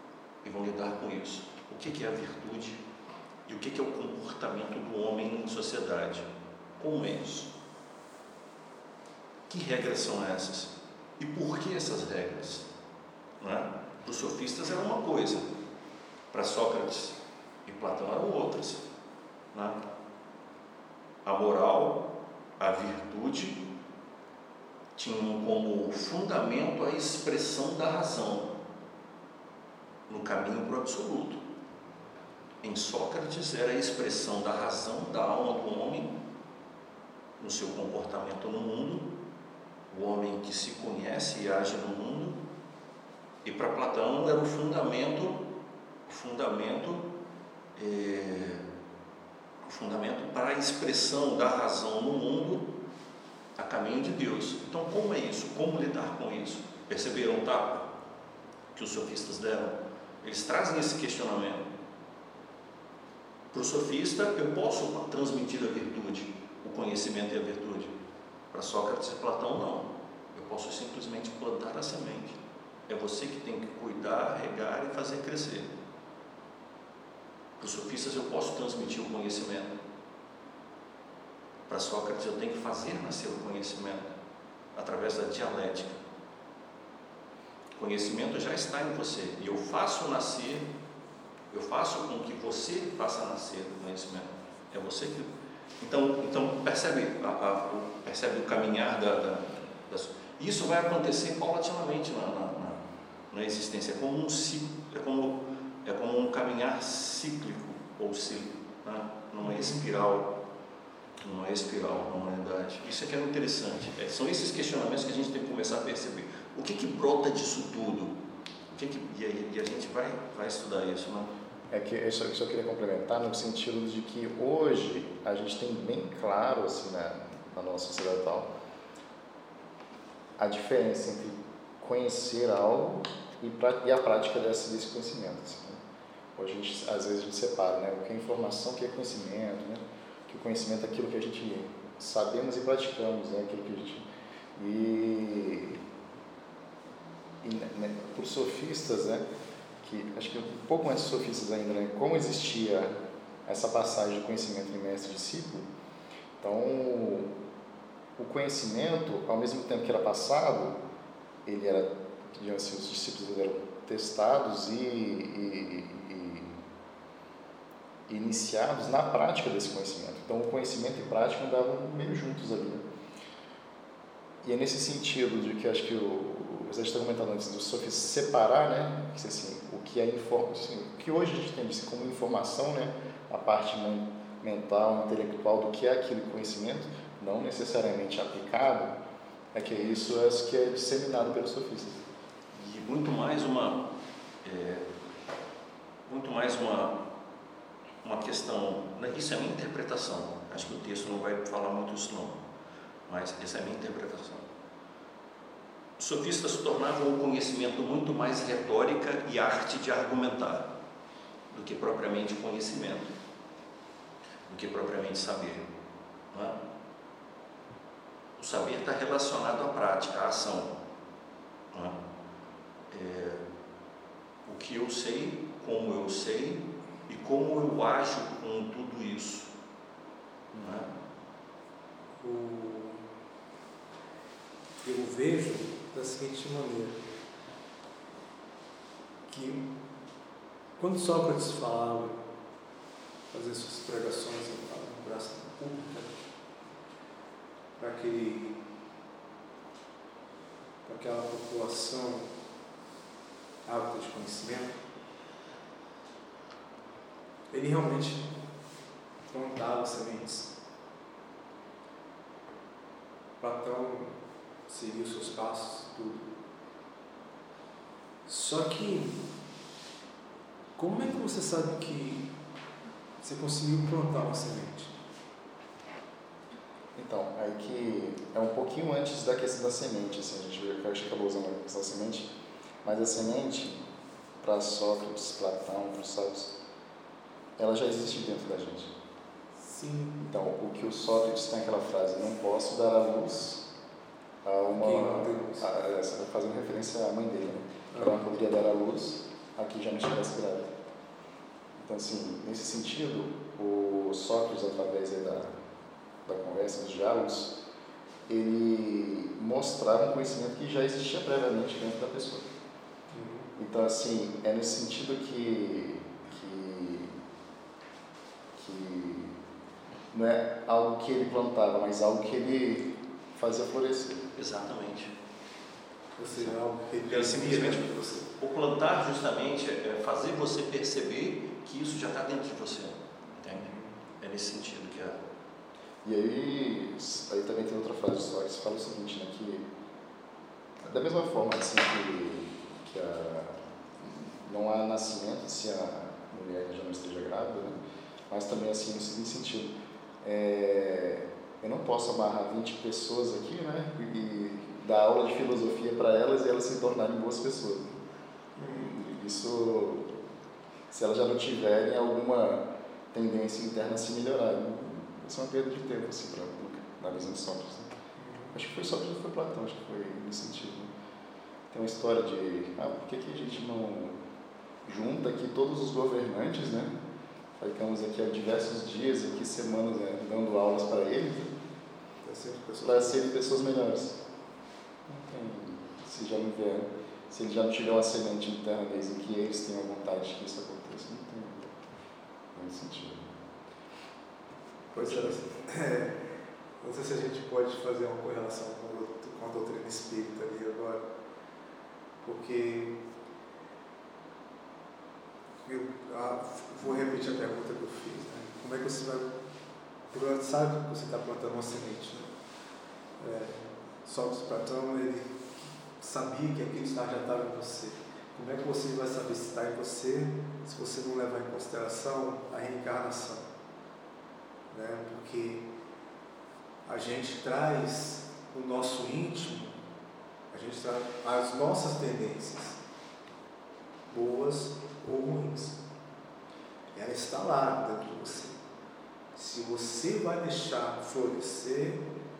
O que é a virtude e o que é o comportamento do homem em sociedade? Como é isso? Que regras são essas? E por que essas regras? Para os sofistas era uma coisa, para Sócrates e Platão eram outras. A moral, a virtude tinham como fundamento a expressão da razão no caminho para o absoluto. Em Sócrates era a expressão da razão da alma do homem no seu comportamento no mundo, o homem que se conhece e age no mundo. E para Platão era o fundamento para a expressão da razão no mundo a caminho de Deus. Então, como é isso? Como lidar com isso? Perceberam o tapa que os sofistas deram? Eles trazem esse questionamento. Para o sofista, eu posso transmitir a virtude, o conhecimento e a virtude. Para Sócrates e Platão, não. Eu posso simplesmente plantar a semente. É você que tem que cuidar, regar e fazer crescer. Para os sofistas, eu posso transmitir o conhecimento. Para Sócrates, eu tenho que fazer nascer o conhecimento através da dialética. O conhecimento já está em você e eu faço com que você faça nascer o conhecimento. É você que... Então percebe o caminhar isso vai acontecer paulatinamente na existência. É como um ciclo, é como um caminhar cíclico ou cíclico, né? numa espiral na humanidade. Isso é que é interessante. São esses questionamentos que a gente tem que começar a perceber. O que brota disso tudo? E a gente vai estudar isso, né? É que eu só queria complementar no sentido de que hoje a gente tem bem claro, assim, na nossa sociedade atual, a diferença entre conhecer algo e a prática desse conhecimento. Assim, né? Hoje, às vezes, a gente separa, né? O que é informação, o que é conhecimento, né? Que o conhecimento é aquilo que a gente sabemos e praticamos, né? Aquilo que a gente... né, por sofistas, né? Que acho que um pouco antes dos sofistas ainda, né? Como existia essa passagem de conhecimento de mestre e discípulo, então o conhecimento, ao mesmo tempo que era passado, ele era, digamos assim, os discípulos eram testados e iniciados na prática desse conhecimento. Então o conhecimento e prática andavam meio juntos ali, né? E é nesse sentido de que acho que você está comentando antes do sofistas separar, né? Que, assim, o que é assim, o que hoje a gente tem assim, como informação, né? A parte mental, intelectual do que é aquele conhecimento, não necessariamente aplicado, é que isso é que é disseminado pelos sofistas. E muito mais uma questão, isso é a minha interpretação. Acho que o texto não vai falar muito isso não, mas essa é a minha interpretação. Os sofistas tornavam o conhecimento muito mais retórica e arte de argumentar do que propriamente conhecimento, do que propriamente saber. Não é? O saber está relacionado à prática, à ação. Não é? O que eu sei, como eu sei e como eu ajo com tudo isso. Não é? Eu vejo da seguinte maneira, que quando Sócrates falava, fazia suas pregações em praça pública, para aquela população ávida de conhecimento, ele realmente plantava sementes. Platão seguiu seus passos, tudo. Só que, como é que você sabe que você conseguiu plantar uma semente? Então, aí que é um pouquinho antes da questão da semente, assim, a gente acabou usando a questão da semente, mas a semente, para Sócrates, Platão, para os sábios, ela já existe dentro da gente. Sim. Então, o que o Sócrates tem aquela frase, não posso dar a luz a uma... fazendo referência à mãe dele, né? Que ela não poderia dar a luz a quem já não estivesse grávida. Então, assim, nesse sentido, o Sócrates, através da conversa, dos diálogos, ele mostrava um conhecimento que já existia previamente dentro da pessoa. Então, assim, é nesse sentido que não é algo que ele plantava, mas algo que ele fazia florescer. Exatamente. Ou seja, algo que ele simplesmente o plantar justamente é fazer você perceber que isso já está dentro de você, entende? É nesse sentido que é. E aí também tem outra frase de Sócrates que fala o seguinte, né, que da mesma forma assim que não há nascimento se a mulher já não esteja grávida, né, mas também assim no seguinte sentido, eu não posso amarrar 20 pessoas aqui, né, e dar aula de filosofia para elas e elas se tornarem boas pessoas. Isso, se elas já não tiverem alguma tendência interna a se melhorar, né? Isso é uma perda de tempo, assim, na visão de Sócrates. Né? Acho que foi Sócrates ou foi Platão, acho que foi nesse sentido. Né? Tem uma história de, por que a gente não junta aqui todos os governantes, né? Ficamos aqui há diversos dias, aqui semanas, né, dando aulas para eles, né? Para serem pessoas melhores. Não tem, se ele já não tiver uma semente interna deles em que eles tenham vontade de que isso aconteça, não tem sentido. Pois é. Não sei se a gente pode fazer uma correlação com a doutrina espírita ali agora, porque vou repetir a pergunta que eu fiz, né? Como é que você vai... Sabe que você está plantando uma semente, né? Sócrates, Platão, ele sabia que aquilo já estava em você. Como é que você vai saber se está em você, se você não levar em consideração a reencarnação? Né? Porque a gente traz o nosso íntimo, a gente traz as nossas tendências, boas ou ruins. Ela está lá dentro de você. Se você vai deixar florescer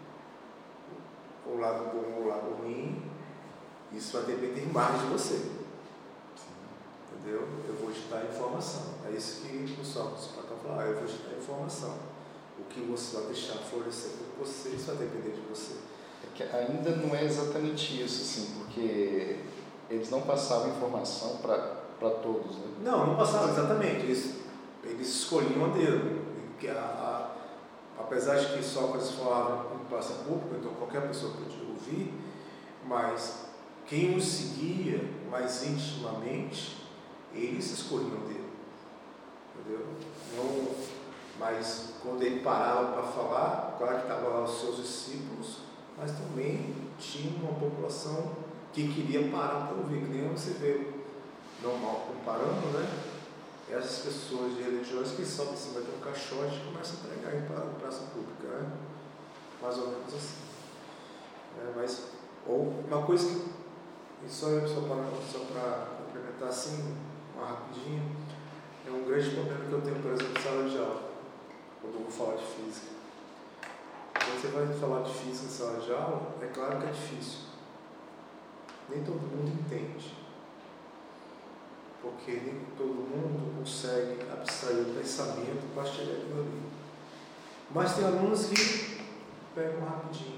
o lado bom ou o lado ruim, isso vai depender mais de você. Entendeu? Eu vou te dar informação. É isso que o Sócrates Platão falou. Eu vou te dar informação. O que você vai deixar florescer por você, isso vai depender de você. É que ainda não é exatamente isso, assim, porque eles não passavam informação para todos, né? Não passavam exatamente. Eles escolhiam a dedo. Apesar de que Sócrates falava em praça pública, então qualquer pessoa podia ouvir, mas quem o seguia mais intimamente, eles escolhiam dele, entendeu? Não, mas quando ele parava para falar, claro que estavam lá os seus discípulos, mas também tinha uma população que queria parar para ouvir, que nem você vê, normal comparando, né? Essas pessoas de religiões que sobem em cima de um caixote e começam a pregar em praça pública, né? Mais ou menos assim. Mas, ou uma coisa que, só para complementar assim, uma rapidinho, é um grande problema que eu tenho, por exemplo, em sala de aula, quando eu vou falar de física. Quando você vai falar de física em sala de aula, é claro que é difícil. Nem todo mundo entende. Porque nem todo mundo consegue abstrair o pensamento para chegar aquilo ali. Mas tem alunos que pegam rapidinho,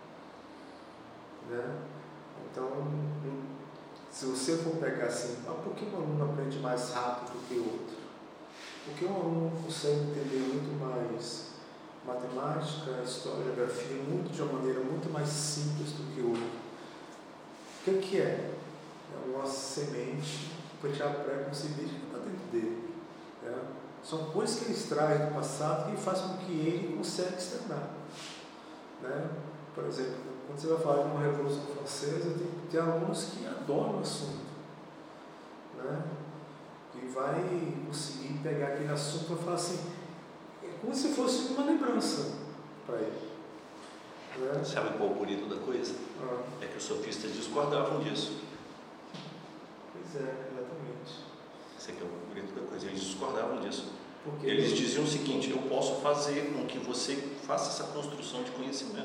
né? Então, se você for pegar assim, por que um aluno aprende mais rápido do que o outro? Porque um aluno consegue entender muito mais matemática, história, geografia, de uma maneira muito mais simples do que o outro. O que é? É uma semente já pré-concebida que está dentro dele. Né? São coisas que ele extrai do passado que fazem com que ele consiga externar. Né? Por exemplo, quando você vai falar de uma Revolução Francesa, tem alunos que adoram o assunto. Né? E vai conseguir pegar aquele assunto e falar assim, é como se fosse uma lembrança para ele. Né? Sabe qual é o bonito da coisa? É que os sofistas discordavam disso. Pois é, exatamente. Esse aqui é o bonito da coisa. Eles discordavam disso. Porque eles diziam o seguinte: eu posso fazer com que você faça essa construção de conhecimento.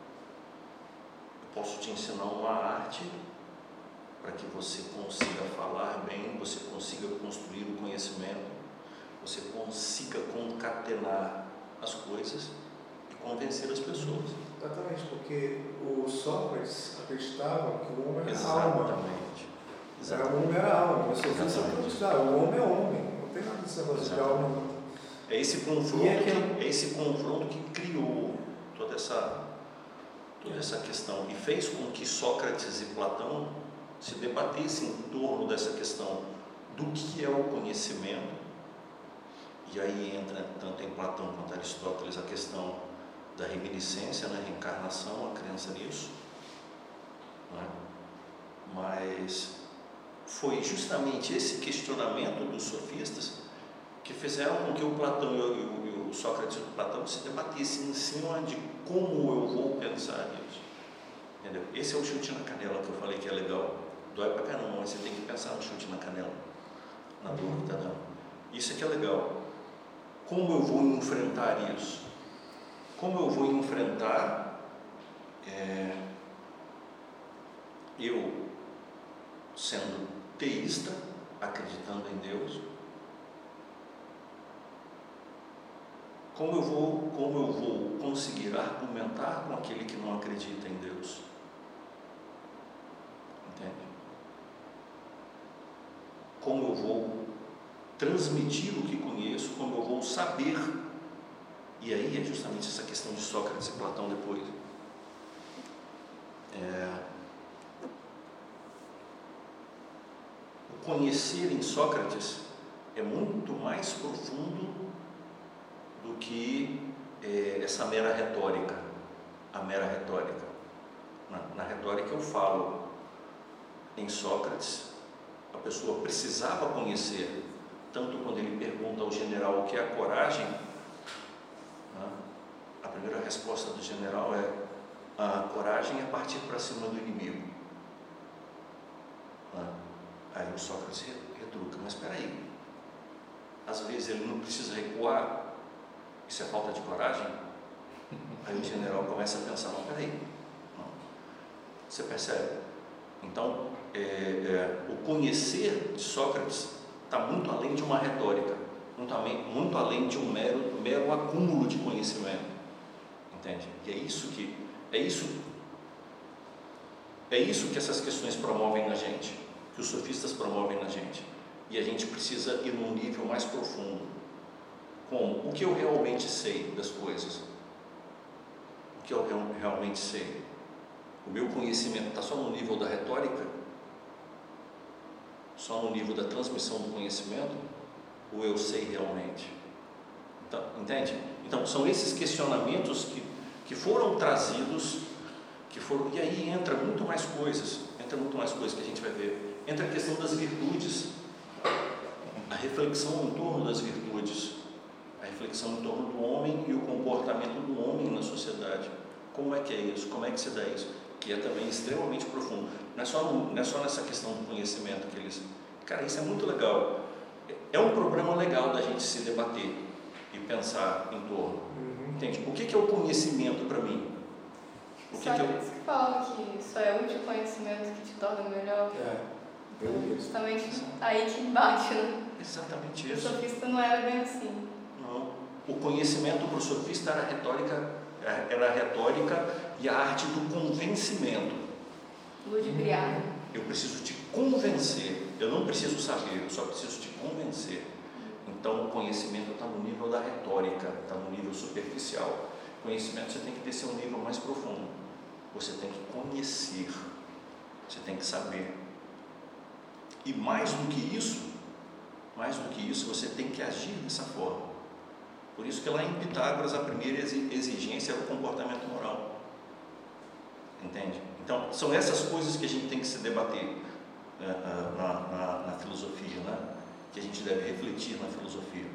Eu posso te ensinar uma arte para que você consiga falar bem, você consiga construir o conhecimento, você consiga concatenar as coisas e convencer as pessoas. Exatamente, porque os Sócrates acreditavam que o homem era alma. O homem era alma, mas Sócrates acreditava, o homem é homem, não tem nada desse negócio de alma. É esse confronto que criou toda essa questão e fez com que Sócrates e Platão se debatessem em torno dessa questão do que é o conhecimento. E aí entra tanto em Platão quanto em Aristóteles a questão da reminiscência, né? Reencarnação, a crença nisso, né? Mas foi justamente esse questionamento dos sofistas que fizeram com que o Platão e o Sócrates e o Platão se debatessem em cima de como eu vou pensar nisso. Entendeu? Esse é o chute na canela que eu falei que é legal. Dói pra caramba, mas você tem que pensar no chute na canela, na dor que está dando. Isso é que é legal. Como eu vou enfrentar isso? Como eu vou enfrentar eu sendo teísta, acreditando em Deus? Como eu vou conseguir argumentar com aquele que não acredita em Deus? Entende? Como eu vou transmitir o que conheço, como eu vou saber. E aí é justamente essa questão de Sócrates e Platão depois. O conhecer em Sócrates é muito mais profundo do que essa mera retórica, a mera retórica. Na retórica eu falo, em Sócrates, a pessoa precisava conhecer, tanto quando ele pergunta ao general o que é a coragem, né? A primeira resposta do general é: a coragem é partir para cima do inimigo. Né? Aí o Sócrates retruca: mas espera aí, às vezes ele não precisa recuar, isso é falta de coragem? Aí o general começa a pensar: não, espera aí, não. Você percebe? Então, o conhecer de Sócrates está muito além de uma retórica, muito além de um mero acúmulo de conhecimento, entende? E é isso que essas questões promovem na gente, que os sofistas promovem na gente, e a gente precisa ir num nível mais profundo. Como? O que eu realmente sei das coisas? O que eu realmente sei? O meu conhecimento está só no nível da retórica? Só no nível da transmissão do conhecimento? Ou eu sei realmente? Então, entende? Então, são esses questionamentos que foram trazidos, e aí entra muito mais coisas que a gente vai ver. Entra a questão das virtudes, a reflexão em torno das virtudes, a reflexão em torno do homem e o comportamento do homem na sociedade. Como é que é isso? Como é que se dá isso? Que é também extremamente profundo. Não é só nessa questão do conhecimento que eles... Cara, isso é muito legal. É um programa legal da gente se debater e pensar em torno. Entende? O que é o conhecimento para mim? Sócrates que fala que só é útil o conhecimento que te torna melhor. Justamente aí que bate, né? Exatamente isso. O sofista não era bem assim. Não. O conhecimento para o sofista era a retórica e a arte do convencimento. Ludibriar. Eu preciso te convencer, eu não preciso saber, eu só preciso te convencer. Então o conhecimento está no nível da retórica, está no nível superficial. Conhecimento você tem que descer um nível mais profundo. Você tem que conhecer, você tem que saber. E mais do que isso, você tem que agir dessa forma. Por isso que lá em Pitágoras a primeira exigência é o comportamento moral. Entende? Então, são essas coisas que a gente tem que se debater na filosofia, né? Que a gente deve refletir na filosofia.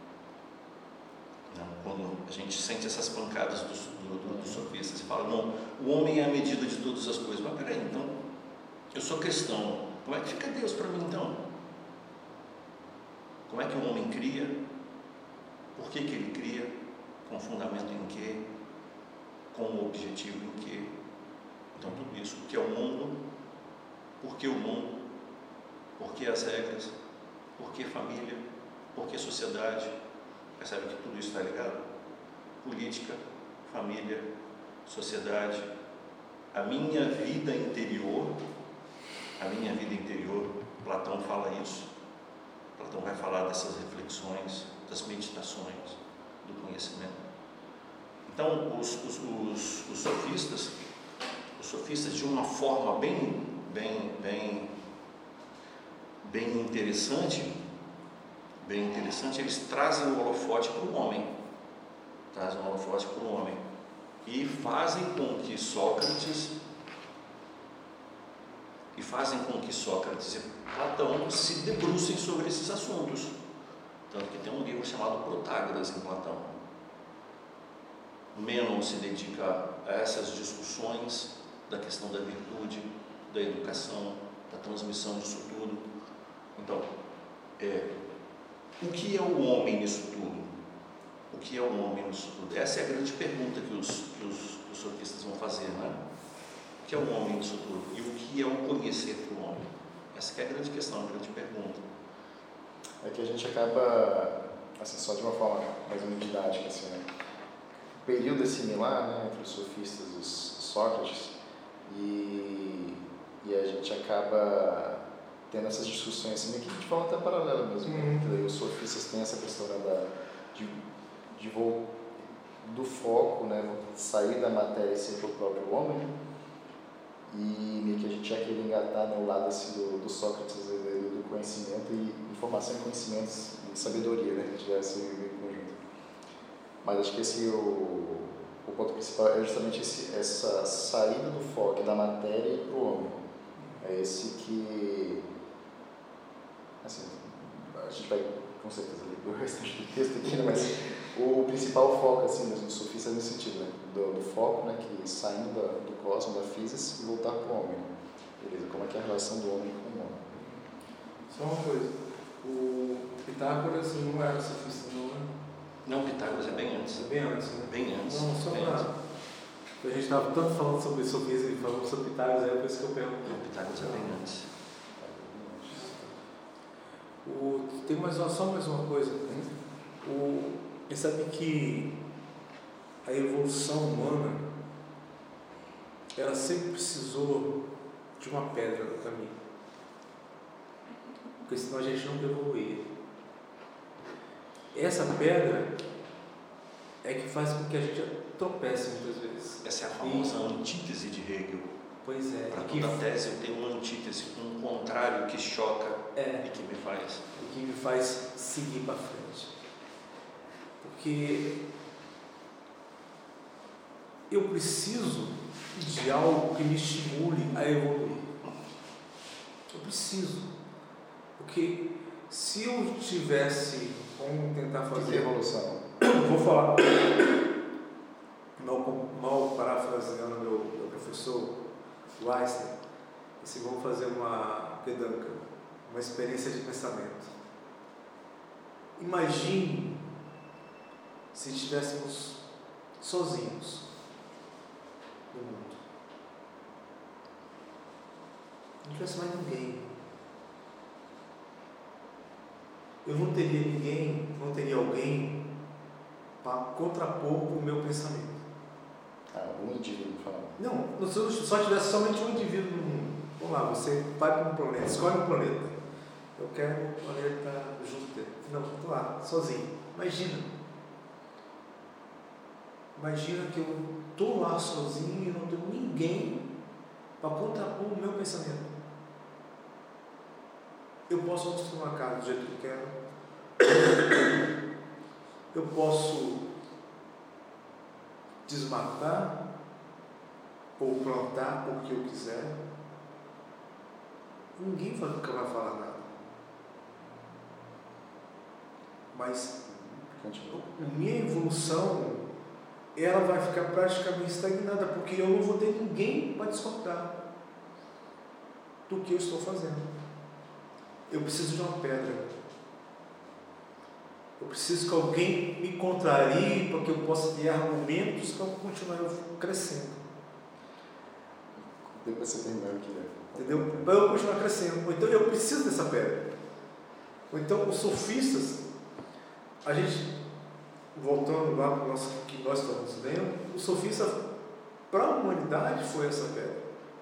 Quando a gente sente essas pancadas dos sofistas e fala: não, o homem é a medida de todas as coisas. Mas peraí, então, eu sou cristão, como é que fica Deus para mim então? Como é que o homem cria? Por que ele cria? Com fundamento em quê? Com o objetivo em quê? Então tudo isso, o que é o mundo? Por que o mundo? Por que as regras? Por que família? Por que sociedade? Percebe que tudo isso está ligado? Política, família, sociedade, a minha vida interior, Platão fala isso. Platão vai falar dessas reflexões, das meditações, do conhecimento. Então, os sofistas de uma forma bem interessante, eles trazem o holofote para o homem, e fazem com que Sócrates e Platão se debrucem sobre esses assuntos. Tanto que tem um livro chamado Protágoras em Platão. Mênon se dedica a essas discussões da questão da virtude, da educação, da transmissão disso tudo. Então, o que é o homem nisso tudo? O que é o homem nisso tudo? Essa é a grande pergunta que os sofistas vão fazer, né? O que é o homem nisso tudo? E o que é o conhecer do homem? Essa que é a grande questão, a grande pergunta. É que a gente acaba, assim, só de uma forma mais ou menos didática, assim, né? O período é similar, né, entre os sofistas e os Sócrates, e a gente acaba tendo essas discussões assim, meio que de forma até paralela mesmo, né? Porque daí os sofistas têm essa questão, né, do foco, né, sair da matéria e ser o próprio homem, e meio que a gente já queria engatar no lado assim, do Sócrates, do conhecimento e informação e conhecimentos e sabedoria, né, que tivesse meio conjunto. Mas acho que o ponto principal é justamente essa saída do foco da matéria para o homem. É esse que, assim, a gente vai com certeza ler o restante do texto aqui, né, mas o principal foco assim, do sofista é nesse sentido, né, do foco, né, que saindo do cosmos, da física e voltar para o homem. Beleza, como é que é a relação do homem com o homem? Só uma coisa, o Pitágoras não era sofista, não, né? Não, Pitágoras é bem antes. É bem antes, né? Bem antes. Não, só bem para... antes. A gente estava tanto falando sobre sofistas e falando sobre Pitágoras, é por isso que eu pergunto. Não, Pitágoras é bem antes. Tem só mais uma coisa. Você sabe que a evolução humana, ela sempre precisou de uma pedra no caminho. Porque senão a gente não evoluía. Essa pedra é que faz com que a gente tropece muitas vezes. Essa é a famosa antítese de Hegel. Pois é. Para toda tese eu tenho uma antítese, um contrário que choca e que me faz. E que me faz seguir para frente. Porque eu preciso de algo que me estimule a evoluir. Eu preciso. Porque se eu tivesse, vamos tentar fazer... Que evolução? Vou falar, mal parafraseando meu professor Weissner, assim, vamos fazer uma pedanca, uma experiência de pensamento. Imagine se estivéssemos sozinhos no mundo. Não tivesse mais ninguém. Eu não teria ninguém, não teria alguém para contrapor o meu pensamento. Um indivíduo falando. Não, se eu só tivesse somente um indivíduo no mundo. Vamos lá, você vai para um planeta, escolhe um planeta. Eu quero um planeta Júpiter. Não, estou lá, sozinho. Imagina que eu estou lá sozinho e não tenho ninguém para contrapor o meu pensamento. Eu posso construir uma casa do jeito que eu quero. Eu posso desmatar ou plantar o que eu quiser. Ninguém nunca vai falar nada. Mas a minha evolução, ela vai ficar praticamente estagnada, porque eu não vou ter ninguém para discordar do que eu estou fazendo. Eu preciso de uma pedra. Eu preciso que alguém me contrarie para que eu possa ter argumentos para continuar crescendo. Depois você terminar aqui, né? Entendeu? Para eu continuar crescendo. Então eu preciso dessa pedra. Ou então os sofistas, a gente, voltando lá para o nosso que nós estamos lendo, o sofista para a humanidade foi essa pedra.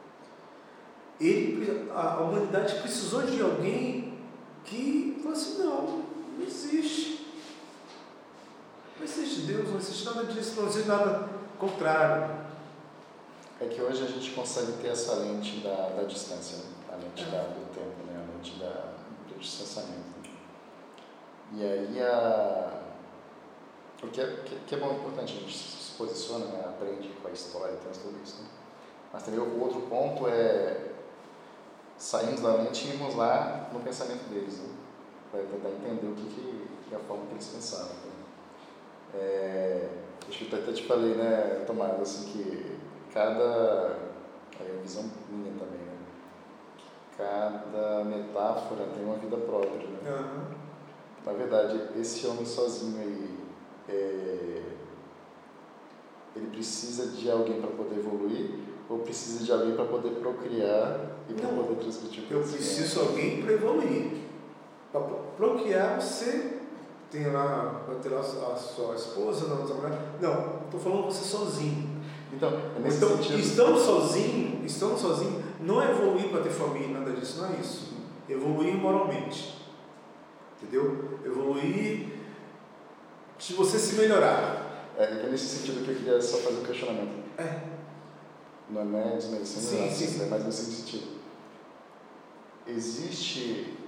A humanidade precisou de alguém que falou assim, não existe. Não existe Deus, não existe nada disso, não existe nada contrário. É que hoje a gente consegue ter essa lente da distância, né? A lente do tempo, né? A lente do distanciamento. E aí, o que é bom e importante, a gente se posiciona, né? Aprende com a história, tem tudo isso. Né? Mas também o outro ponto é saímos da lente e irmos lá no pensamento deles, né? Para tentar entender o que é a forma que eles pensavam. Né? Acho que eu até te falei, né, Tomás, assim, que cada visão minha também, né? Cada metáfora tem uma vida própria, né? Uhum. Na verdade, esse homem sozinho aí, ele precisa de alguém para poder evoluir ou precisa de alguém para poder procriar e para poder transmitir o conhecimento? Eu preciso de alguém para evoluir. Para procriar, você tem lá, vai ter lá a sua esposa, não, estou falando você sozinho. Então, nesse sentido... estando sozinho, não é evoluir para ter família, nada disso, não é isso. Evoluir moralmente. Entendeu? Evoluir de você se melhorar. É nesse sentido que eu queria só fazer um questionamento. Não é desmerecendo, sim. É mais nesse sentido. Existe,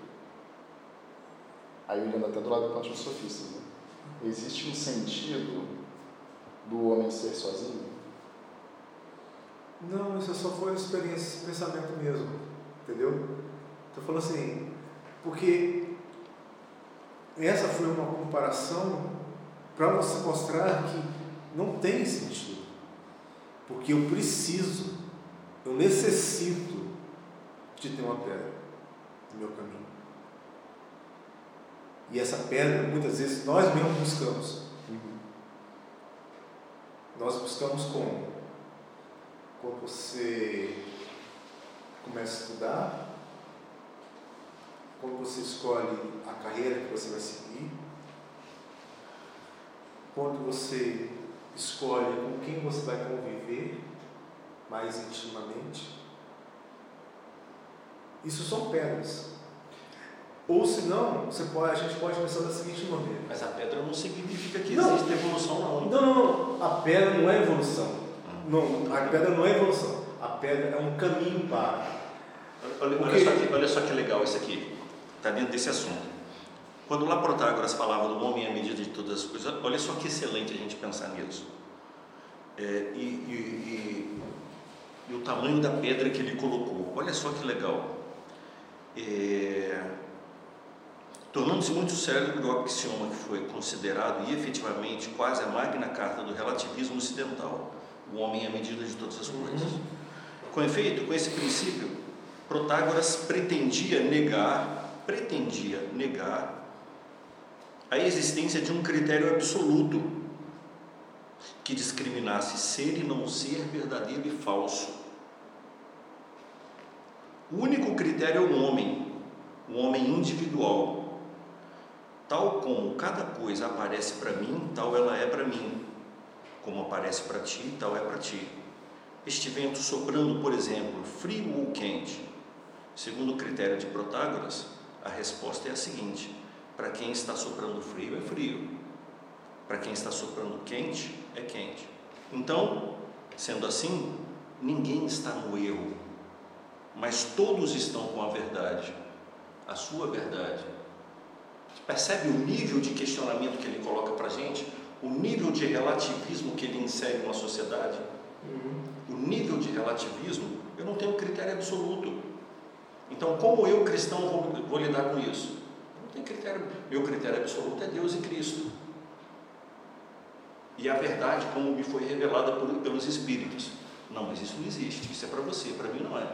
aí olhando até do lado do ponto de vista sofista, né? Existe um sentido do homem ser sozinho? Não, isso só foi uma experiência, esse pensamento mesmo, entendeu? Estou falando assim, porque essa foi uma comparação para você mostrar que não tem sentido, porque eu necessito de ter uma pedra no meu caminho. E essa pedra, muitas vezes, nós mesmos buscamos. Nós buscamos como? Quando você começa a estudar, quando você escolhe a carreira que você vai seguir, quando você escolhe com quem você vai conviver mais intimamente. Isso são pedras. Ou senão, a gente pode pensar da seguinte maneira. Mas a pedra não significa que existe evolução, não. Não. A pedra não é evolução. Não, a pedra não é evolução. A pedra é um caminho para. Olha só que legal isso aqui. Está dentro desse assunto. Quando lá Protágoras falava do homem à medida de todas as coisas, olha só que excelente a gente pensar nisso. E o tamanho da pedra que ele colocou. Olha só que legal. Tornando-se muito célebre o axioma que foi considerado e efetivamente quase a magna carta do relativismo ocidental, o homem à medida de todas as coisas. Com efeito, com esse princípio, Protágoras pretendia negar a existência de um critério absoluto que discriminasse ser e não ser, verdadeiro e falso. O único critério é o homem individual. Tal como cada coisa aparece para mim, tal ela é para mim. Como aparece para ti, tal é para ti. Este vento soprando, por exemplo, frio ou quente? Segundo o critério de Protágoras, a resposta é a seguinte: para quem está soprando frio, é frio. Para quem está soprando quente, é quente. Então, sendo assim, ninguém está no erro, mas todos estão com a verdade, a sua verdade. Percebe o nível de questionamento que ele coloca para a gente? O nível de relativismo que ele insere numa sociedade? O nível de relativismo, eu não tenho critério absoluto. Então, como eu, cristão, vou lidar com isso? Eu não tenho critério. Meu critério absoluto é Deus e Cristo. E a verdade, como me foi revelada pelos Espíritos. Não, mas isso não existe. Isso é para você, para mim não é.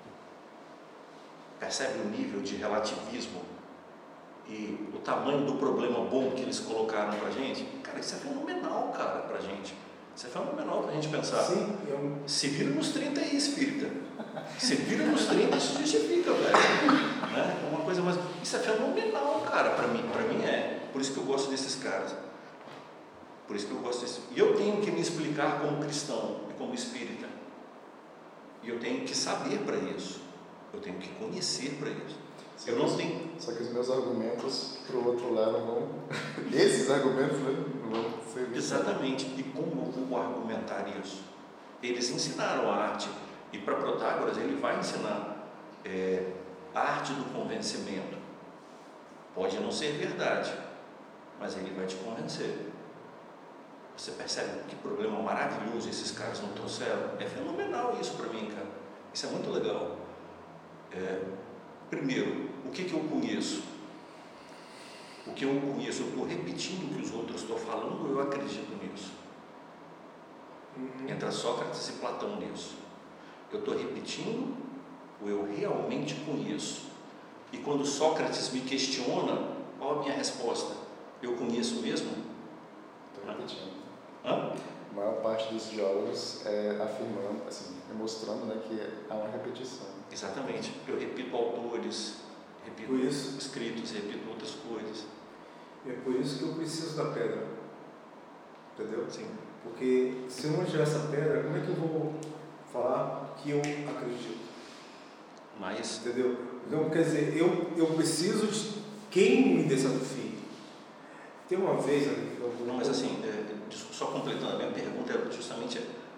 Percebe o nível de relativismo e o tamanho do problema bom que eles colocaram para a gente? Cara, isso é fenomenal, cara, para a gente. Isso é fenomenal para a gente pensar. Sim, Se vira nos 30 aí, espírita. Se vira nos 30, isso justifica, velho. Né? É uma coisa mais... Isso é fenomenal, cara, para mim é. Por isso que eu gosto desses caras. Por isso que eu gosto desse... E eu tenho que me explicar como cristão e como espírita. E eu tenho que saber para isso. Eu tenho que conhecer para isso. Eu não tenho... Só que os meus argumentos para o outro lado vão... Esses argumentos, né, vão ser... Exatamente. E como eu vou argumentar isso? Eles ensinaram a arte. E para Protágoras ele vai ensinar a arte do convencimento. Pode não ser verdade, mas ele vai te convencer. Você percebe que problema maravilhoso esses caras não trouxeram? É fenomenal isso para mim, cara. Isso é muito legal. Primeiro, o que eu conheço? O que eu conheço, eu estou repetindo o que os outros estão falando, eu acredito nisso. Entra Sócrates e Platão nisso. Eu estou repetindo ou eu realmente conheço? E quando Sócrates me questiona, qual a minha resposta? Eu conheço mesmo? Estou repetindo. A maior parte dos diálogos é afirmando, assim, mostrando, né, que há uma repetição. Exatamente. Eu repito autores, repito escritos, repito outras coisas. É por isso que eu preciso da pedra. Entendeu? Sim. Porque se eu não tiver essa pedra, como é que eu vou falar que eu acredito? Mas... Entendeu? Então, quer dizer, eu preciso de quem me desafie. Tem uma vez... Não, mas assim, só completando a minha pergunta, é justamente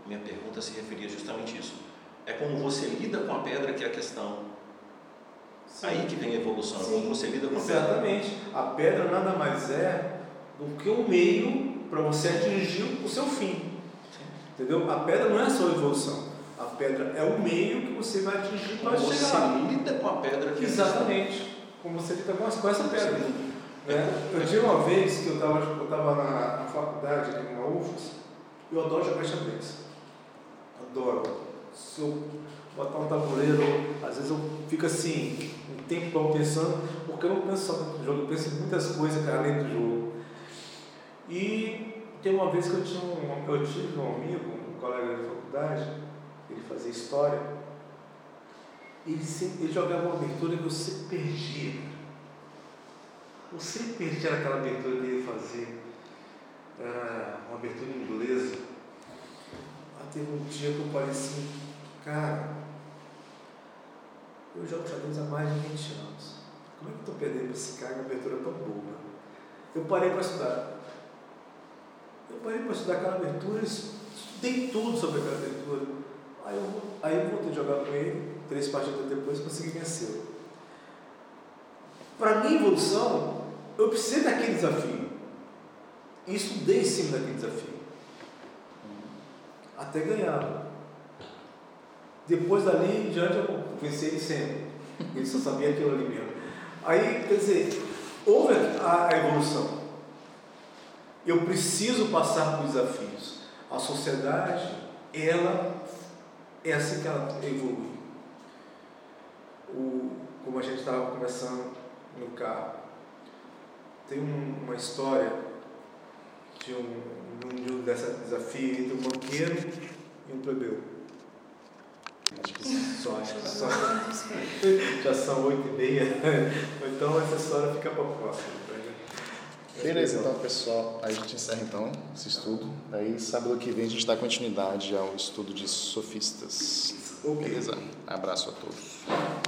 Minha pergunta se referia justamente a isso. É como você lida com a pedra que é a questão. Sim. Aí que vem a evolução, Sim, como você lida com a pedra. exatamente. A pedra nada mais é do que um meio para você atingir o seu fim. Sim. Entendeu? A pedra não é a sua evolução. A pedra é o meio que você vai atingir para Como chegar lá. você lida com a pedra que é a questão. Exatamente. Como você lida com essa pedra. Né? Eu tinha uma vez que eu estava na faculdade, aqui na UFOS, e eu adoro jogar xadrez. Adoro. Se eu botar um tabuleiro, às vezes eu fico assim, um tempão pensando, porque eu não penso só no jogo, eu penso em muitas coisas, cara, além do jogo. E tem uma vez que eu tive um amigo, um colega de faculdade, ele fazia história, e ele jogava uma abertura que eu sempre perdia. Eu sempre perdia aquela abertura que ele fazia. Era uma abertura inglesa. Teve um dia que eu parei assim, cara, eu jogo xadrez há mais de 20 anos. Como é que eu estou perdendo para esse cara uma abertura tão boa? Eu parei para estudar. Aquela abertura, estudei tudo sobre aquela abertura. Aí eu voltei a jogar com ele, 3 partidas depois, consegui vencer. Para minha evolução, eu precisei daquele desafio. E estudei em cima daquele desafio. Até ganhar. Depois dali em diante eu venci ele sempre. Ele só sabia aquilo ali mesmo. Aí, quer dizer, houve a evolução. Eu preciso passar por desafios. A sociedade, ela é assim que ela evolui. Como a gente estava conversando no carro, tem uma história de um desafio entre um banqueiro e um plebeu. Já são 8h30. Então essa história fica para o próximo. Beleza, então pessoal, a gente encerra então esse estudo. Aí sábado que vem a gente dá continuidade ao estudo de sofistas. Okay. Beleza? Abraço a todos.